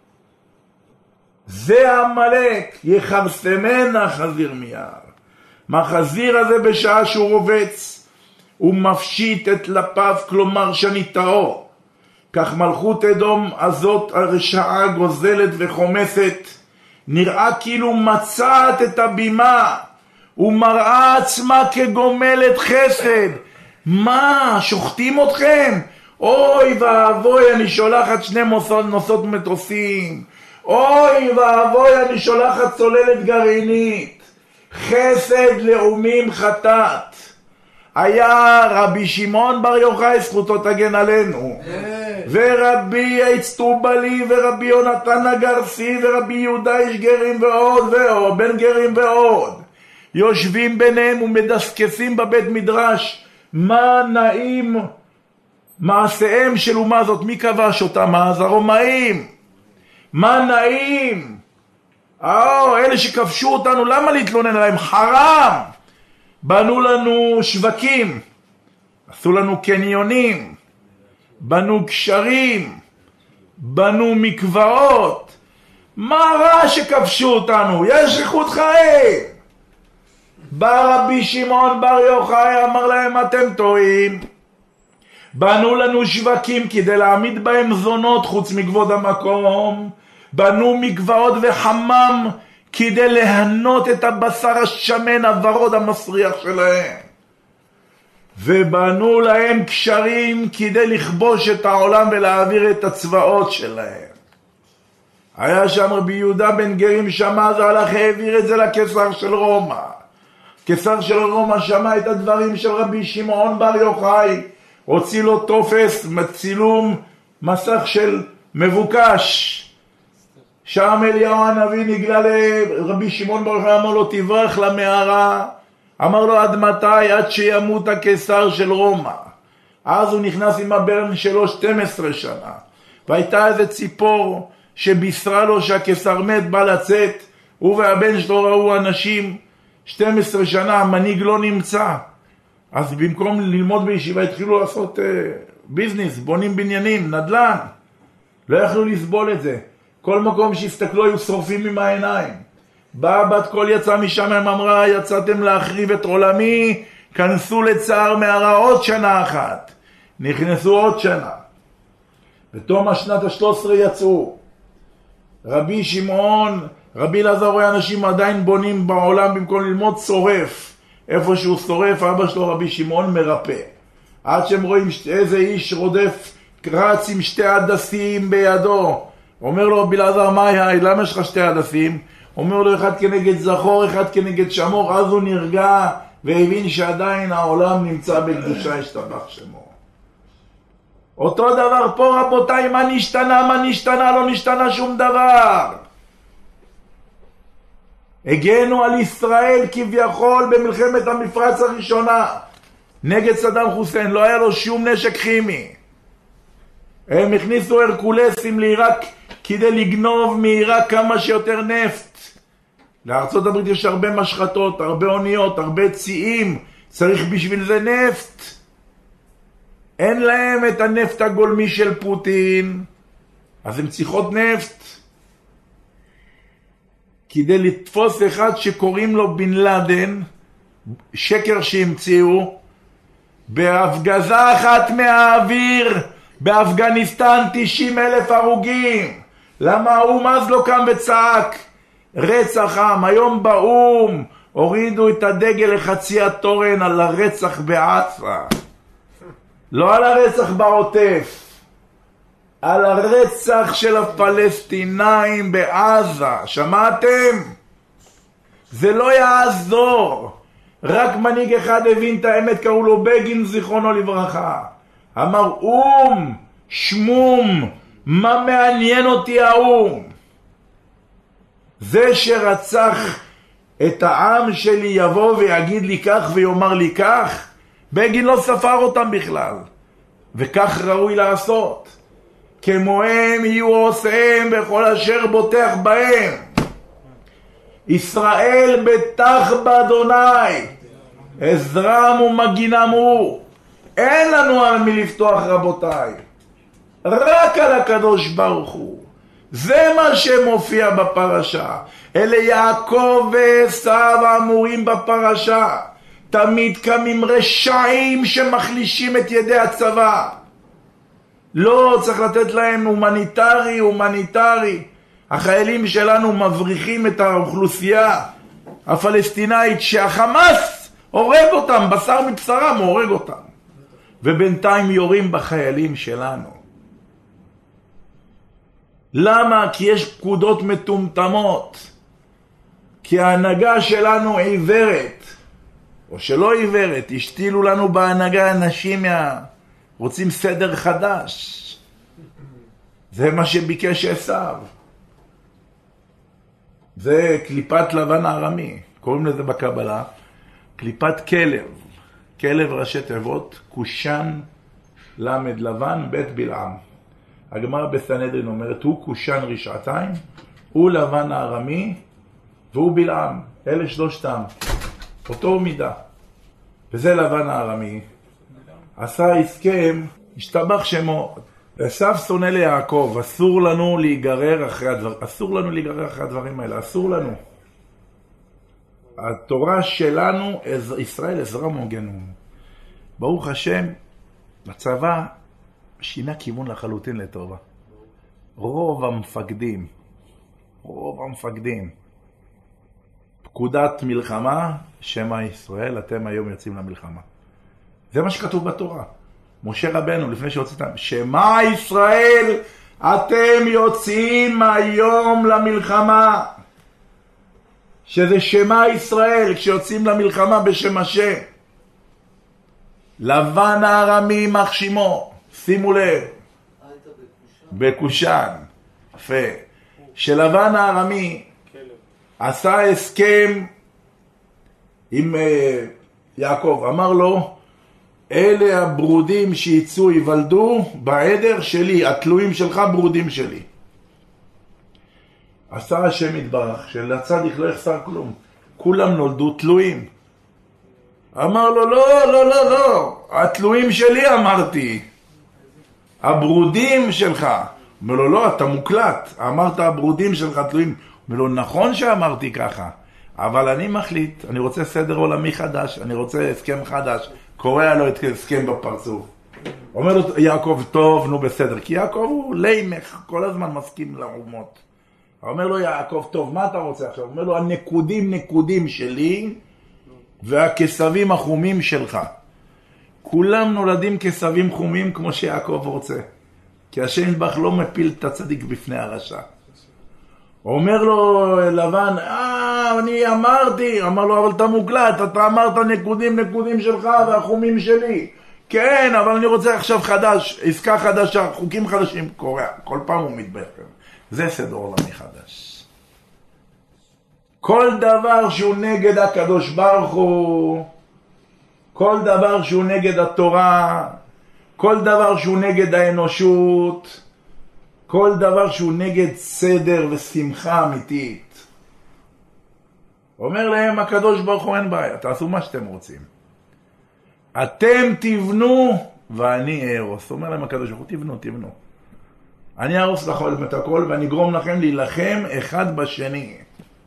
[SPEAKER 1] זה המלאק, יחרסמנה חזיר מיער. מהחזיר הזה בשעה שהוא רובץ, הוא מפשיט את לפיו, כלומר שניתאו. כך מלכות אדום הזאת הרשעה גוזלת וחומסת, נראה כאילו מצאת את הבימה, ומראה עצמה כגומלת חסד. מה, שוחטים אתכם? אוי ואבוי, אני שולחת 2 נוסעות מטוסים. אוי ואבוי, אני שולחת צוללת גרעינית. חסד לאומים חטאת. היה רבי שמעון בר יוחאי, זכותו תגן עלינו, ורבי אצטובלי ורבי יונתן הגרסי ורבי יהודה איש גרים ועוד בן גרים ועוד, יושבים ביניהם ומדסקסים בבית מדרש מה נעים מעשיהם של אומה זאת. מי כבש אותם? אז הרומאים. מה נעים? אלה שכבשו אותנו, למה להתלונן עליהם? חרם. בנו לנו שווקים, עשו לנו קניונים, בנו גשרים, בנו מקוואות. מה רע שכבשו אותנו? יש איכות חיים. בא רבי שמעון בר יוחאי, אמר להם אתם טועים. בנו לנו שווקים כדי להעמיד בהם זונות חוץ מכבוד המקום. בנו מקוואות וחמם כדי להנות את הבשר השמן הוורוד המסריח שלהם. ובנו להם קשרים כדי לכבוש את העולם ולהעביר את הצבאות שלהם. היה שם רבי יהודה בן גרים, שמע זה, הלך העביר את זה לקיסר של רומא. קיסר של רומא שמע את הדברים של רבי שמעון בר יוחאי, הוציא לו טופס, צילום מסך של מבוקש. שם אליהו הנביא נגלה לרבי שמעון בר יוחאי, אמר לו תברח למערה. אמר לו עד מתי? עד שימות הקיסר של רומא. אז הוא נכנס עם הבן שלו 12 שנה. והייתה איזה ציפור שבישרה לו שהקיסר מת, בא לצאת. הוא והבן שלו ראו אנשים 12 שנה, המנהיג לא נמצא. אז במקום ללמוד בישיבה התחילו לעשות ביזנס, בונים בניינים, נדל"ן. לא יכלו לסבול את זה. כל מקום שהסתכלו היו שורפים עם העיניים. באה בת קול יצאה משם, אמרה יצאתם להחריב את עולמי, כנסו לצער מערה עוד שנה אחת. נכנסו עוד שנה. בתום השנת ה-13 יצאו. רבי שמעון, רבי אלעזר רואה אנשים עדיין בונים בעולם, במקום ללמוד שורף. איפה שהוא שורף, אבא שלו רבי שמעון מרפא. עד שהם רואים איזה איש רודף, רץ עם 2 הדסים בידו. אומר לו רבי אלעזר, מה היה? למה יש לך 2 הדסים? אומר לו אחד כנגד זכור, אחד כנגד שמור. אז הוא נרגע והבין שעדיין העולם נמצא בקדושה, ישתבח שמו. אותו דבר פה רבותיי, מה נשתנה? מה נשתנה? לא נשתנה שום דבר. הגנו על ישראל כביכול במלחמת המפרץ הראשונה נגד סדאם חוסיין, לא היה לו שום נשק כימי. הם הכניסו הרקולסים לעיראק כדי לגנוב מעיראק כמה שיותר נפט. לארצות הברית יש הרבה משחטות, הרבה אוניות, הרבה ציים, צריך בשביל זה נפט. אין להם את הנפט הגולמי של פוטין, אז הם צריכות נפט. כדי לתפוס אחד שקוראים לו בן לדן, שקר שהמציאו, בהפגזה אחת מהאוויר, באפגניסטן 90,000 הרוגים. למה האום אז לא קם וצעק? רצח עם. היום באום הורידו את הדגל לחצי התורן על הרצח בעזה. לא על הרצח בעוטף. על הרצח של הפלסטינאים בעזה. שמעתם? זה לא יעזור. רק מנהיג אחד הבין את האמת, קראו לו בגין זיכרונו לברכה. אמר, שמום, מה מעניין אותי האום? זה שרצח את העם שלי יבוא ויגיד לי כך ויאמר לי כך? בגין לא ספר אותם בכלל. וכך ראוי לעשות. כמוהם יהיו עושיהם בכל אשר בוטח בהם. ישראל בטח באדוני, עזרם ומגינם הוא. אין לנו על מי לפתוח רבותיי, רק על הקדוש ברוך הוא. זה מה שמופיע בפרשה. אלה יעקב ועשיו אמורים בפרשה. תמיד קמים רשעים שמחלישים את ידי הצבא. לא, צריך לתת להם הומניטרי. החיילים שלנו מבריחים את האוכלוסייה הפלסטינאית שהחמאס הורג אותם, בשר מבשרם הורג אותם. ובינתיים יורים בחיילים שלנו. למה? כי יש פקודות מטומטמות. כי ההנהגה שלנו עיוורת. או שלא עיוורת, השתילו לנו בהנהגה אנשים רוצים סדר חדש. זה מה שביקש עשיו. זה קליפת לבן הארמי. קוראים לזה בקבלה קליפת כלב. כלב ראשי תיבות, קושן למד לבן בית בלעם. הגמרא בסנהדרין אומרת, הוא קושן רשעתיים, הוא לבן הארמי והוא בלעם. אלה שלושתם אותו מידה. וזה לבן הארמי. עשה הסכם, השתבח שמו. עשיו שונא ליעקב, אסור לנו להיגרר אחרי הדברים האלה, אסור לנו. התורה שלנו, ישראל עזרה מוגנו. ברוך השם, הצבא שינה כיוון לחלוטין לטובה. רוב המפקדים, פקודת מלחמה, שמע ישראל, אתם היום יוצאים למלחמה. זה מה שכתוב בתורה. משה רבנו, לפני שהוצאתם, שמע ישראל, אתם יוצאים היום למלחמה. שזה שמע ישראל, כשיוצאים למלחמה בשם השם. לבן הארמי מחשימו, שימו לב. בקושן. יפה. שלבן הארמי עשה הסכם עם יעקב, אמר לו, אלה הברודים שיצאו יוולדו בעדר שלי, התלויים שלך ברודים שלי. עשה השם יתברך, שלצדיק לא יחסר כלום. כולם נולדו תלויים. אמר לו, לא, התלויים שלי אמרתי. הברודים שלך. אומר לו, לא, אתה מוקלט. אמרת הברודים שלך תלויים. אומר לו, נכון שאמרתי ככה, אבל אני מחליט, אני רוצה סדר עולמי חדש, אני רוצה הסכם חדש. קורא לו את הסכם בפרצוף. אומר לו יעקב, טוב, נו בסדר. כי יעקב הוא לימך, כל הזמן מסכים לאומות. אומר לו יעקב, טוב, מה אתה רוצה עכשיו? אומר לו, הנקודים שלי והכסבים החומים שלך. כולם נולדים כסבים חומים כמו שיעקב רוצה. כי השם יתברך לא מפיל את הצדיק בפני הרשע. אומר לו לבן, אני אמרתי. אמר לו, אבל אתה מוקלט, אתה אמרת נקודים שלך והחומים שלי. כן, אבל אני רוצה עכשיו חדש, עסקה חדשה, חוקים חדשים. קורא, כל פעם הוא מתבחר. זה סדר עולמי חדש. כל דבר שהוא נגד הקדוש ברוך הוא, כל דבר שהוא נגד התורה, כל דבר שהוא נגד האנושות, כל דבר שהוא נגד סדר ושמחה אמיתית. אומר להם הקדוש ברוך הוא, אין בעיה, תעשו מה שאתם רוצים. אתם תבנו ואני ארוס. אומר להם הקדוש ברוך הוא, תבנו. אני ארוס לכם את הכל ואני אגרום לכם להילחם אחד בשני.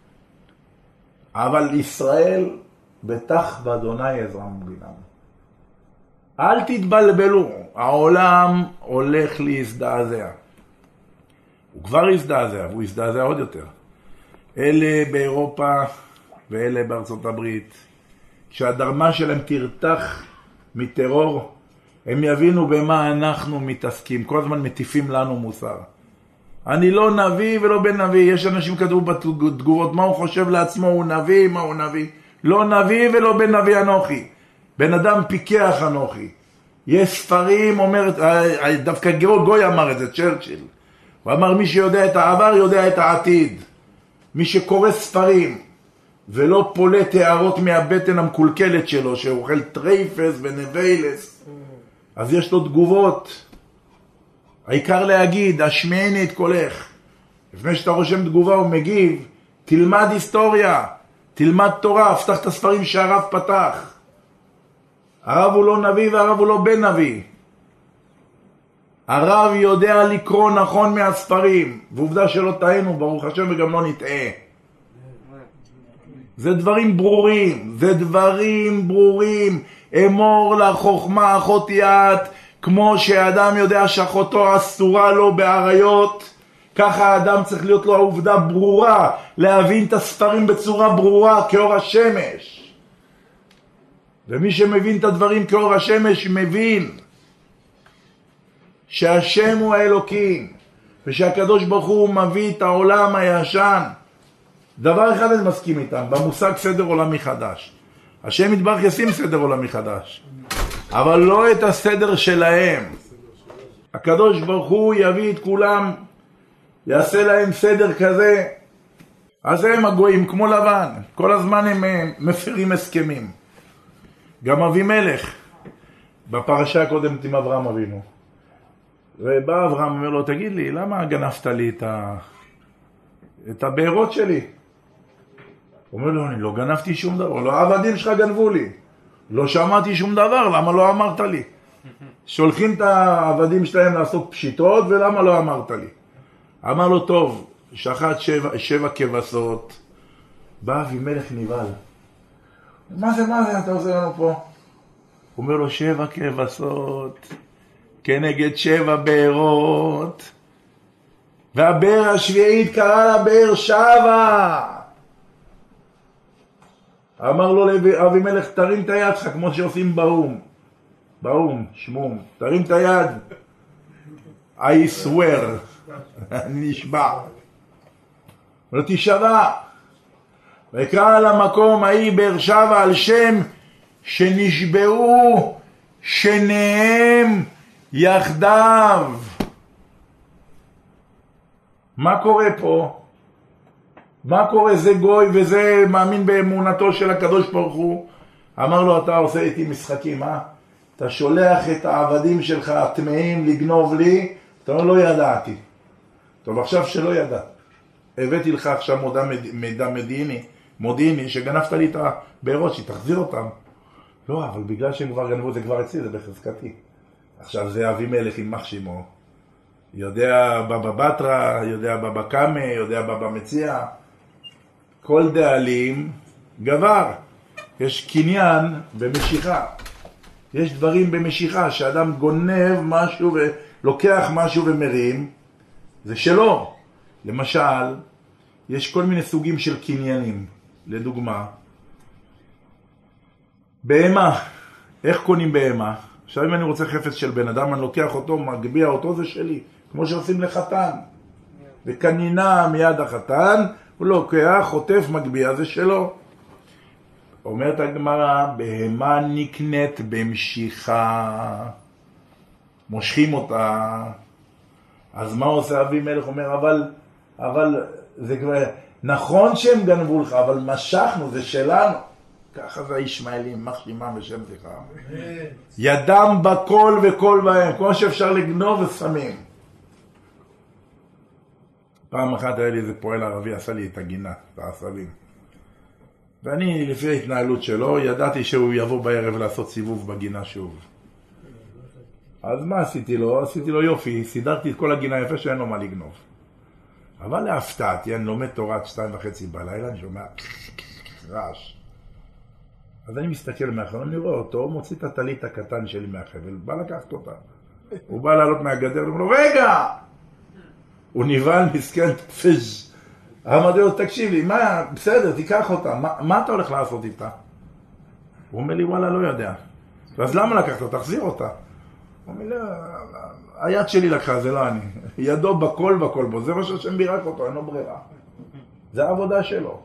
[SPEAKER 1] אבל ישראל בטח באדוני עזרם ובינם. אל תתבלבלו, העולם הולך להזדעזע. הוא כבר הזדעזע, והוא הזדעזע עוד יותר. אלה באירופה ואלה בארצות הברית, כשהדרמה שלהם תרתח מטרור, הם יבינו במה אנחנו מתעסקים. כל הזמן מטיפים לנו מוסר. אני לא נביא ולא בן נביא. יש אנשים כתוב בתגובות מה הוא חושב לעצמו, הוא נביא, מה הוא נביא. לא נביא ולא בן נביא אנוכי. בן אדם פיקח אנוכי. יש ספרים, אומר, דווקא גוי אמר את זה, צ'רצ'יל. הוא אמר מי שיודע את העבר יודע את העתיד. מי שקורא ספרים ולא פולט הערות מהבטן המקולקלת שלו, שהוא אוכל טרייפס ונבילס, אז יש לו תגובות. העיקר להגיד, השמעני את קולך. לפני שאתה רושם תגובה ומגיב, תלמד היסטוריה, תלמד תורה, פתח את הספרים שהרב פתח. הרב הוא לא נביא והרב הוא לא בן נביא. הרב יודע לקרוא נכון מהספרים, ועובדה שלא טעינו, ברוך השם, וגם לא נטעה. זה דברים ברורים, זה דברים ברורים. אמור לחוכמה אחותי את, כמו שהאדם יודע שאחותו אסורה לו בעריות, ככה האדם צריך להיות לו העובדה ברורה, להבין את הספרים בצורה ברורה כאור השמש. ומי שמבין את הדברים כאור השמש מבין שהשם הוא האלוקים, ושהקדוש ברוך הוא מביא את העולם הישן. דבר אחד אני מסכים איתם, במושג סדר עולמי חדש. השם יתברך ישים סדר עולמי חדש, אבל לא את הסדר שלהם. הקדוש ברוך הוא יביא את כולם, יעשה להם סדר כזה. אז הם הגויים כמו לבן, כל הזמן הם מפרים הסכמים. גם אבימלך, בפרשה הקודמת עם אברהם אבינו. ובא אברהם אומר לו, תגיד לי, למה גנבת לי את הבארות שלי? הוא אומר לו, אני לא גנבתי שום דבר, לא העבדים שלך גנבו לי. לא שמעתי שום דבר, למה לא אמרת לי? שולחים את העבדים שלהם לעשות פשיטות, ולמה לא אמרת לי? אמר לו, טוב, שחט שבע כבשות. בא אבימלך נבהל. מה זה אתה עושה לנו פה? הוא אומר לו, 7 כבשות כנגד 7 בארות, והבאר השביעית קרא לה באר שבע. אמר לו לאבימלך, תרים את היד שלך כמו שעושים באום, שמום, תרים את היד. I swear, אני נשבע. ולא תשבע. ויקרא למקום ההיא באר שבע על שם שנשבעו שניהם יחדיו. מה קורה פה? מה קורה? זה גוי וזה מאמין באמונתו של הקדוש ברוך הוא. אמר לו, אתה עושה איתי משחקים, אתה שולח את העבדים שלך הטמאים לגנוב לי. אתה אומר, לא ידעתי. טוב, עכשיו שלא ידע. הבאתי לך עכשיו מידע מודיעיני שגנבת לי את הבארות, שתחזיר אותם. לא, אבל בגלל שהם כבר גנבו, זה כבר אצלי, זה בחזקתי. עכשיו זה אבימלך עם מחשימו. יודע בבא בתרא, יודע בבא קמא, יודע בבא מציע. כל דאלים גבר. יש קניין במשיכה. יש דברים במשיכה, שאדם גונב משהו ולוקח משהו ומרים, זה שלו. למשל, יש כל מיני סוגים של קניינים. לדוגמה, בהמה. איך קונים בהמה? עכשיו אם אני רוצה חפץ של בן אדם, אני לוקח אותו, מגביע אותו, זה שלי. כמו שעושים לחתן. וקנינה מיד החתן, הוא לוקח, חוטף, מגביע, זה שלו. אומרת הגמרא, בהמה נקנית במשיכה. מושכים אותה. אז מה עושה אבימלך? אומר, אבל זה כבר, נכון שהם גנבו לך, אבל משכנו, זה שלנו. ככה זה הישמעאלים, מחשימם ושם זכרם. ידם בכל וכל בהם, כמו שאפשר לגנוב וסמים. פעם אחת היה לי איזה פועל ערבי, עשה לי את הגינה, את העשבים. ואני, לפי ההתנהלות שלו, ידעתי שהוא יבוא בערב לעשות סיבוב בגינה שוב. אז מה עשיתי לו? עשיתי לו יופי, סידרתי את כל הגינה יפה שאין לו מה לגנוב. אבל להפתעתי, אני לומד תורה עד 2:30 בלילה, אני שומע רעש. אז אני מסתכל מאחור, אני רואה אותו, הוא מוציא את הטלית הקטן שלי מהחבל, בא לקחת אותה. הוא בא לעלות מהגדר, הוא אומר לו, רגע! הוא נבהל, מסכן, פז'. אמרתי לו, תקשיב לי, מה, בסדר, תיקח אותה, מה אתה הולך לעשות איתה? הוא אומר לי, וואלה, לא יודע. אז למה לקחת אותה? תחזיר אותה. היד שלי לקחה, זה לא אני. ידו בכל בו, זה מה שהשם בירך אותו, אין לו ברירה. זה העבודה שלו.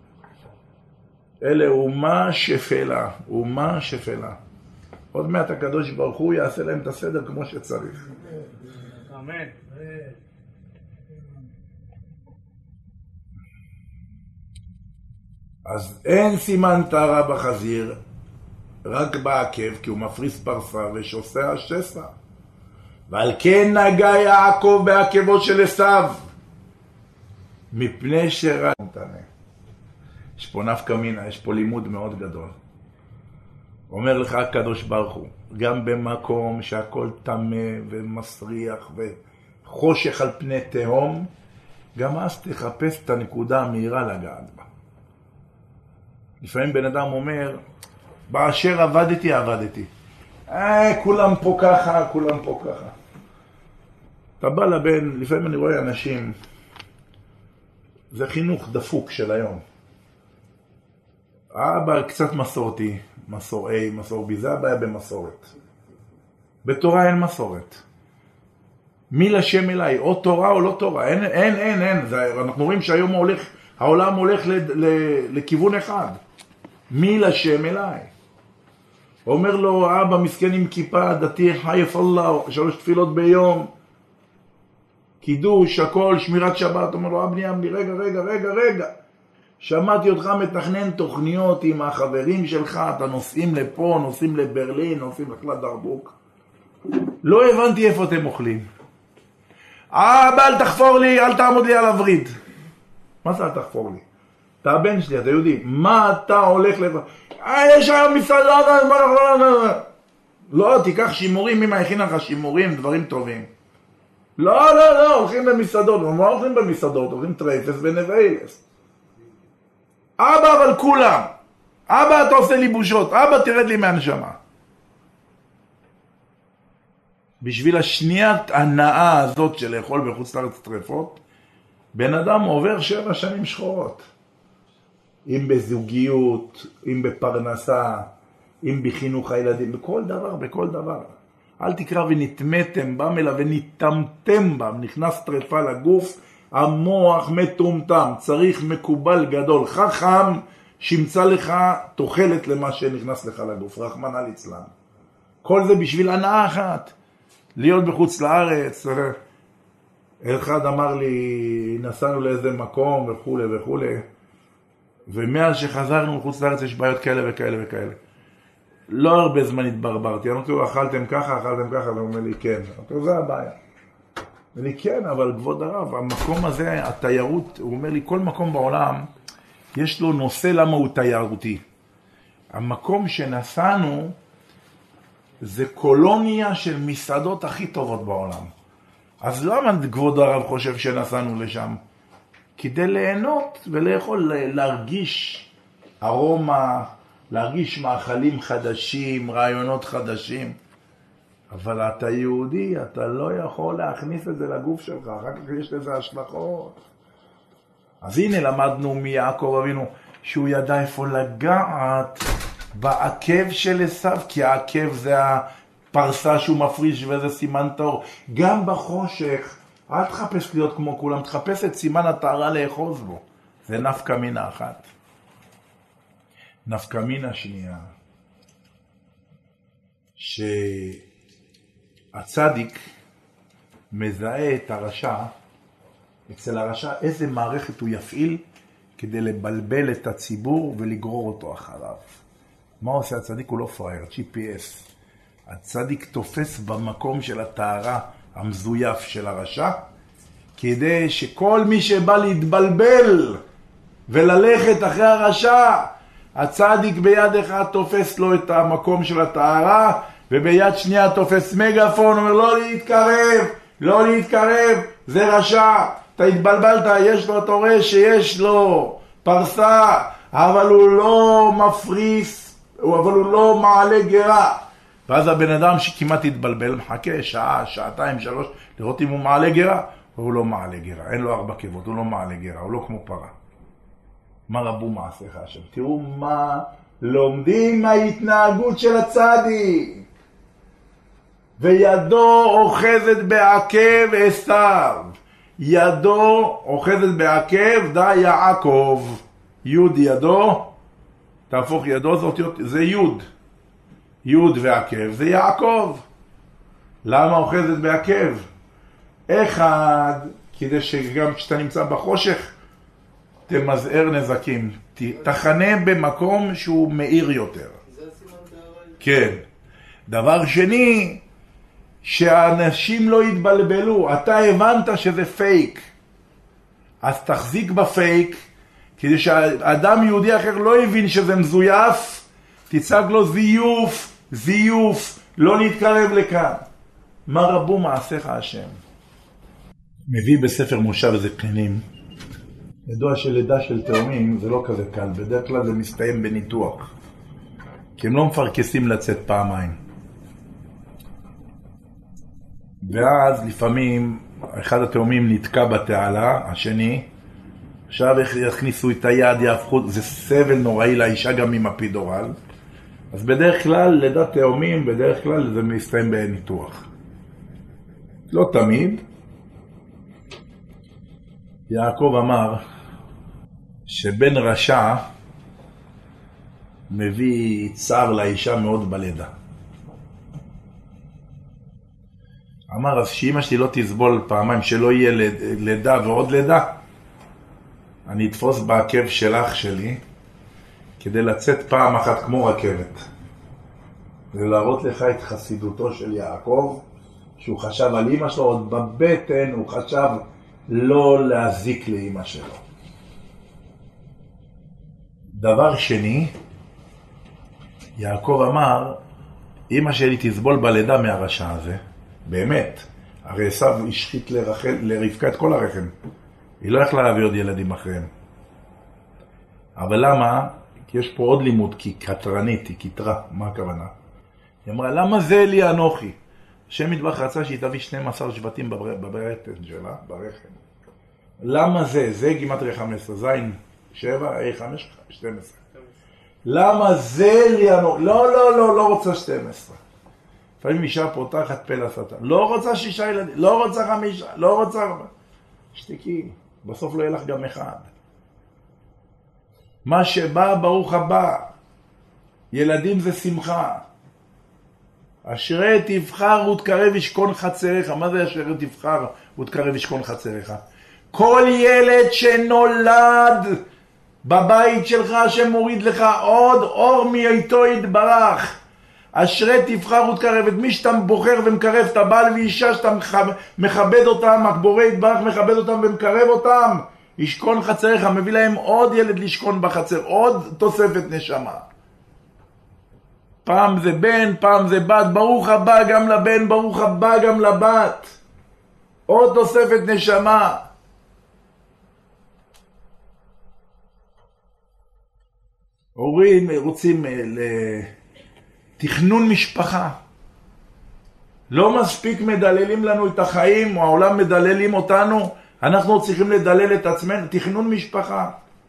[SPEAKER 1] אלה אומה שפלה. עוד מעט הקדוש ברוך הוא יעשה להם את הסדר כמו שצריך.
[SPEAKER 2] אמן.
[SPEAKER 1] אז אין סימן טהרה בחזיר, רק בעקב, כי הוא מפריס פרסה ושוסע שסע. ועל כן נגע יעקב בעקבו של עשיו, מפני שרק... יש פה נפקא מינה, יש פה לימוד מאוד גדול. אומר לך הקדוש ברוך הוא, גם במקום שהכל טמא ומסריח וחושך על פני תהום, גם אז תחפש את הנקודה המהירה לגעת בה. לפעמים בן אדם אומר, באשר עבדתי. כולם פה ככה. אתה בא לבן, לפעמים אני רואה אנשים, זה חינוך דפוק של היום. האבא קצת מסורתי, מסור A, מסור B, זה הבעיה במסורת. בתורה אין מסורת. מי לשם אליי, או תורה או לא תורה, אין. אנחנו רואים שהיום העולם הולך לכיוון אחד. מי לשם אליי? אומר לו, אבא מסכן עם כיפה, דתי, חייף אללה, 3 תפילות ביום, קידוש, הכל, שמירת שבת. אומר לו, אבני, רגע. שמעתי אותך מתכנן תוכניות עם החברים שלך, אתה נוסעים לפה, נוסעים לברלין, נוסעים לדרבוק. לא הבנתי איפה אתם אוכלים. אבא, אל תחפור לי, אל תעמוד לי על הוריד. מה זה אל תחפור לי? אתה הבן שלי, אתה יודעים, מה אתה הולך יש היום מסעדה, לא, תיקח שימורים, אמא הכינה לך שימורים, דברים טובים. לא, הולכים במסעדות. מה הולכים במסעדות? הולכים טרייפס ונבאילס. אבא, אבל כולם. אבא, אתה עושה לי בושות. אבא, תרד לי מהנשמה. בשביל השניית הנאה הזאת של לאכול בחוץ לארץ טרפות, בן אדם עובר 7 שנים שחורות. אם בזוגיות, אם בפרנסה, אם בחינוך הילדים, בכל דבר. אל תקרא ונתמתם בם, אלא ונתמתם בם. נכנס טרפה לגוף, המוח מטומטם, צריך מקובל גדול. חכם שימצא לך תוחלת למה שנכנס לך לגוף, רחמנא ליצלן. כל זה בשביל הנאה אחת. להיות בחוץ לארץ. אחד אמר לי, נסענו לאיזה מקום וכו', ומאז שחזרנו מחוץ לארץ יש בעיות כאלה וכאלה. לא הרבה זמן התברברתי. אמרתי לו, אכלתם ככה? הוא אומר לי, כן. אמרתי לו, זה הבעיה. אומר לי, כן, אבל כבוד הרב, המקום הזה, התיירות, הוא אומר לי, כל מקום בעולם, יש לו נושא למה הוא תיירותי. המקום שנסענו, זה קולוניה של מסעדות הכי טובות בעולם. אז למה כבוד הרב חושב שנסענו לשם? כדי ליהנות ולאכול, להרגיש ארומה, להרגיש מאכלים חדשים, רעיונות חדשים. אבל אתה יהודי, אתה לא יכול להכניס את זה לגוף שלך, אחר כך יש לזה השלכות. אז הנה למדנו מיעקב אבינו, שהוא ידע איפה לגעת בעקב של עשיו, כי העקב זה הפרסה שהוא מפריש וזה סימן טהור. גם בחושך, אל תחפש להיות כמו כולם, תחפש את סימן הטהרה לאחוז בו. זה נפקא מינה אחת. נפקא מינה שנייה, שהצדיק מזהה את הרשע, אצל הרשע איזה מערכת הוא יפעיל כדי לבלבל את הציבור ולגרור אותו אחריו. מה עושה הצדיק? הוא לא פראייר, GPS. הצדיק תופס במקום של הטהרה המזויף של הרשע, כדי שכל מי שבא להתבלבל וללכת אחרי הרשע, הצדיק ביד אחד תופס לו את המקום של הטהרה, וביד שנייה תופס מגפון, אומר לא להתקרב, זה רשע, אתה התבלבלת, יש לו, אתה רואה שיש לו פרסה, אבל הוא לא מפריס, אבל הוא לא מעלה גרה. ואז הבן אדם שכמעט התבלבל מחכה שעה, שעתיים, 3, לראות אם הוא מעלה גרה, והוא לא מעלה גרה, אין לו 4 קיבות, הוא לא מעלה גרה, הוא לא כמו פרה. מה רבו מעשיך השם? תראו מה לומדים מההתנהגות של הצדיק. וידו אוחזת בעקב עשיו. ידו אוחזת בעקב, דה יעקב. יוד ידו, תהפוך ידו, זה יוד. יוד ועקב זה יעקב. למה אוחזת בעקב? אחד, כדי שגם כשאתה נמצא בחושך, תמזער נזקים. תחנה במקום שהוא מאיר יותר.
[SPEAKER 3] זה סימן דהרה.
[SPEAKER 1] כן. דבר שני, שהאנשים לא יתבלבלו. אתה הבנת שזה פייק. אז תחזיק בפייק, כדי שהאדם יהודי אחר לא יבין שזה מזויף, תצעק לו זיוף, זיוף, לא להתקרב לכאן. מה רבו מעשיך השם? מביא בספר מושב וזקנים. ידוע שלידה של תאומים זה לא כזה קל, בדרך כלל זה מסתיים בניתוח. כי הם לא מפרקסים לצאת פעמיים. ואז לפעמים אחד התאומים נתקע בתעלה, השני, עכשיו יכניסו את היד, יהפכו, זה סבל נוראי לאישה גם עם אפידורל. אז בדרך כלל לידת תאומים, בדרך כלל זה מסתיים בניתוח. לא תמיד. יעקב אמר שבן רשע מביא צער לאישה מאוד בלידה. אמר, אז שאמא שלי לא תסבול פעמיים, שלא יהיה לידה ועוד לידה, אני אתפוס בעקב של אח שלי כדי לצאת פעם אחת כמו רכבת. ולהראות לך את חסידותו של יעקב, שהוא חשב על אמא שלו, עוד בבטן הוא חשב לא להזיק לאמא שלו. דבר שני, יעקב אמר, אמא שלי תסבול בלידה מהרשע הזה. באמת, הרי עשיו השחית לרבקה את כל הרחם. היא לא יכלה להביא עוד ילדים אחריהם. אבל למה? כי יש פה עוד לימוד, כי קטרנית, היא קטרה. מה הכוונה? היא אמרה, למה זה לי אנוכי? השם יתברך רצה שהיא תביא 12 שבטים בבטן שלה, ברחם. למה זה? זה גימטריה 15, זין 7, A 5, 12. למה זה לי אנוכי? לא רוצה 12. לפעמים אישה פותחת פה לשטן. לא רוצה 6 ילדים, לא רוצה 5, לא רוצה 4. שתקי, בסוף לא יהיה לך גם אחד. מה שבא, ברוך הבא. ילדים זה שמחה. אשרי תבחר ותקרב ישכון חצריך. מה זה אשרי תבחר ותקרב ישכון חצריך? כל ילד שנולד בבית שלך שמוריד לך עוד אור מאיתו יתברך. אשרי תבחר ותקרב. את מי שאתה בוחר ומקרב, את הבעל ואישה שאתה מכבד אותם, הבורא יתברך מכבד אותם ומקרב אותם, ישכון חצריך, מביא להם עוד ילד לשכון בחצר, עוד תוספת נשמה. פעם זה בן, פעם זה בת, ברוך הבא גם לבן, ברוך הבא גם לבת. עוד תוספת נשמה. הורים רוצים לתכנון משפחה. לא מספיק מדללים לנו את החיים, או העולם מדללים אותנו, אנחנו צריכים לדלל את עצמנו, תכנון משפחה.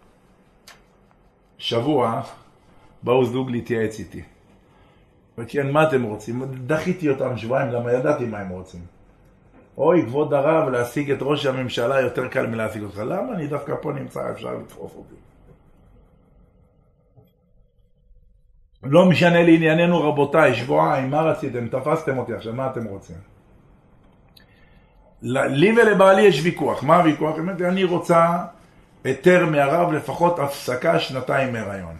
[SPEAKER 1] שבוע באו זוג להתייעץ איתי. וכן, מה אתם רוצים? דחיתי אותם שבועיים, למה ידעתי מה הם רוצים. אוי, כבוד הרב, להשיג את ראש הממשלה יותר קל מלהשיג אותך. למה? אני דווקא פה נמצא, אפשר לתפוס אותי. לא משנה לענייננו רבותיי, שבועיים, מה רציתם? תפסתם אותי עכשיו, מה אתם רוצים? לי ולבעלי יש ויכוח. מה הוויכוח? אני רוצה היתר מהרב, לפחות הפסקה 2 מהיריון.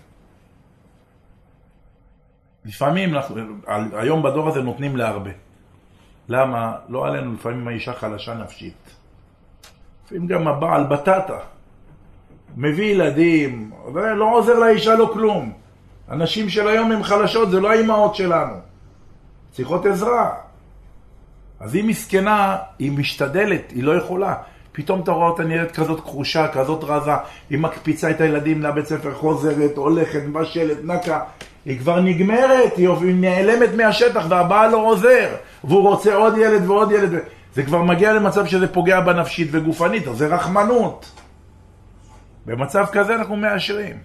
[SPEAKER 1] לפעמים, היום בדור הזה נותנים להרבה. למה? לא עלינו, לפעמים האישה חלשה נפשית. לפעמים גם הבעל בטטה. מביא ילדים, ולא עוזר לאישה לא כלום. אנשים של היום הם חלשות, זה לא האימהות שלנו. צריכות עזרה. אז היא מסכנה, היא משתדלת, היא לא יכולה. פתאום אתה רואה אותה נראית כזאת כחושה, כזאת רזה, היא מקפיצה את הילדים לבית ספר, חוזרת, הולכת, בשלת, נקה. היא כבר נגמרת, היא נעלמת מהשטח והבעל לא עוזר. והוא רוצה עוד ילד ועוד ילד. זה כבר מגיע למצב שזה פוגע בנפשית וגופנית, אז זה רחמנות. במצב כזה אנחנו מאשרים.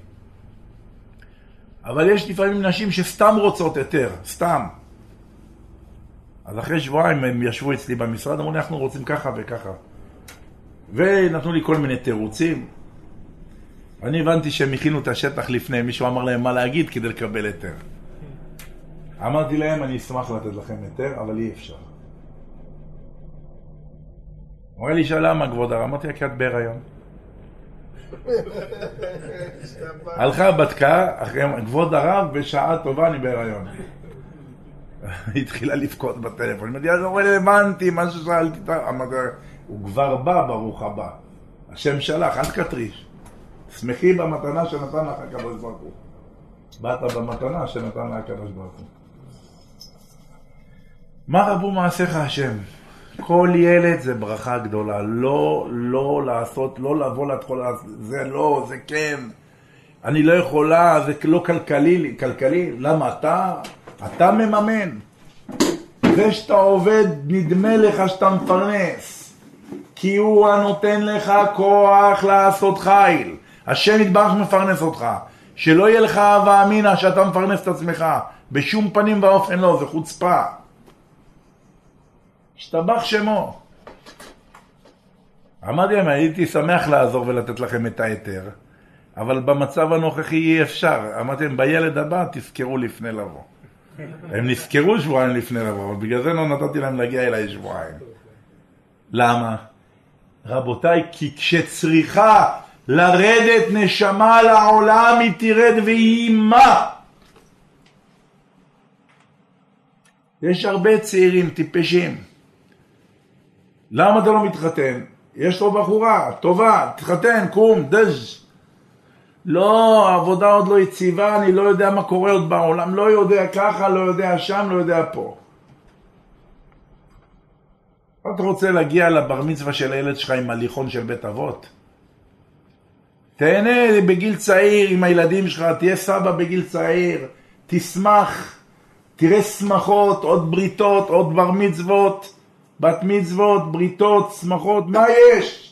[SPEAKER 1] אבל יש לפעמים נשים שסתם רוצות יותר, סתם. אז אחרי שבועיים הם ישבו אצלי במשרד, אמרו לי, אנחנו רוצים ככה וככה. ונתנו לי כל מיני תירוצים. אני הבנתי שהם הכינו את השטח לפני, מישהו אמר להם מה להגיד כדי לקבל היתר. אמרתי להם, אני אשמח לתת לכם היתר, אבל אי אפשר. אמרה לי, שאלה מה כבוד הרב? אמרתי, כי את בהיריון. הלכה בדקה, אחרי כבוד הרב, בשעה טובה אני בהיריון. היא התחילה לבכות בטלפון. אמרתי, אז לא רלוונטי, מה ששאלתי, אמרתי, הוא כבר בא, ברוך הבא. השם שלך, אל תקטריש. שמחי במתנה שנתן לך הקדוש ברוך הוא. באת במתנה שנתן לך הקדוש ברוך הוא. מה רבו מעשיך השם? כל ילד זה ברכה גדולה. לא לעשות, לא לבוא להתחול, זה לא, זה כן. אני לא יכולה, זה לא כלכלי. למה? אתה מממן. זה שאתה עובד, נדמה לך שאתה מפרנס. כי הוא הנותן לך כוח לעשות חיל. השם יתברך מפרנס אותך. שלא יהיה לך אהבה אמינה שאתה מפרנס את עצמך. בשום פנים ואופן לא, זה חוצפה. השתבח שמו. אמרתי להם, הייתי שמח לעזור ולתת לכם את היתר, אבל במצב הנוכחי אי אפשר. אמרתי להם, בילד הבא תזכרו לפני לבוא. הם נזכרו שבועיים לפני לבוא, אבל בגלל זה לא נתתי להם להגיע אליי שבועיים. למה? רבותיי, כי כשצריכה לרדת נשמה לעולם היא תרד והיא מה? יש הרבה צעירים טיפשים. למה אתה לא מתחתן? יש לו בחורה טובה, תתחתן, קום, דז'. לא, העבודה עוד לא יציבה, אני לא יודע מה קורה עוד בעולם, לא יודע ככה, לא יודע שם, לא יודע פה. אתה רוצה להגיע לבר מצווה של הילד שלך עם הליכון של בית אבות? תהנה בגיל צעיר עם הילדים שלך, תהיה סבא בגיל צעיר, תשמח, תראה שמחות, עוד בריתות, עוד בר מצוות, בת מצוות, בריתות, שמחות, מה יש?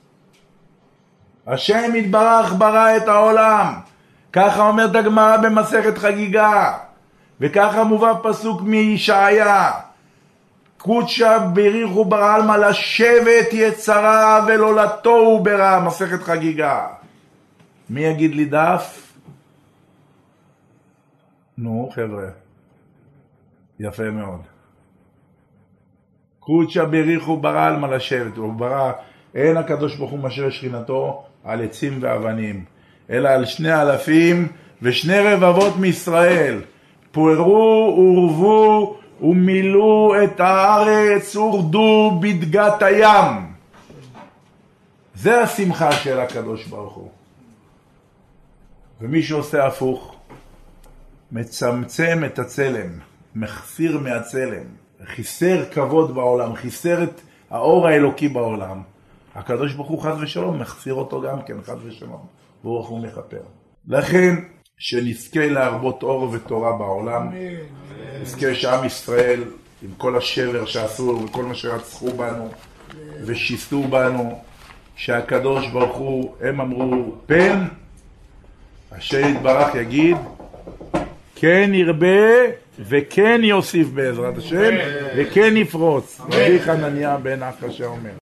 [SPEAKER 1] השם יתברך ברא את העולם, ככה אומרת הגמרא במסכת חגיגה, וככה מובא פסוק מישעיה, קודשא בריחו ברעלמא לשבת יצרה ולא לתוהו ברע, מסכת חגיגה. מי יגיד לי דף? נו חבר'ה, יפה מאוד. קודשא בריחו ברעלמא לשבת, הוא ברא, אין הקדוש ברוך הוא משרה שכינתו על עצים ואבנים, אלא על 2,002 מישראל. פוארו ורבו ומילאו את הארץ, ורדו בדגת הים. זה השמחה של הקדוש ברוך הוא. ומי שעושה הפוך, מצמצם את הצלם, מחסיר מהצלם, חיסר כבוד בעולם, חיסר את האור האלוקי בעולם. הקדוש ברוך הוא חס ושלום מחסיר אותו גם כן, חס ושלום, ברוך הוא מחפר. לכן שנזכה להרבות אור ותורה בעולם, נזכה שעם ישראל עם כל השבר שעשו וכל מה שרצחו בנו ושיסו בנו, שהקדוש ברוך הוא, הם אמרו פן, השם יתברך יגיד כן ירבה וכן יוסיף בעזרת השם וכן יפרוץ. רבי חנניה בן עקשיא אומר.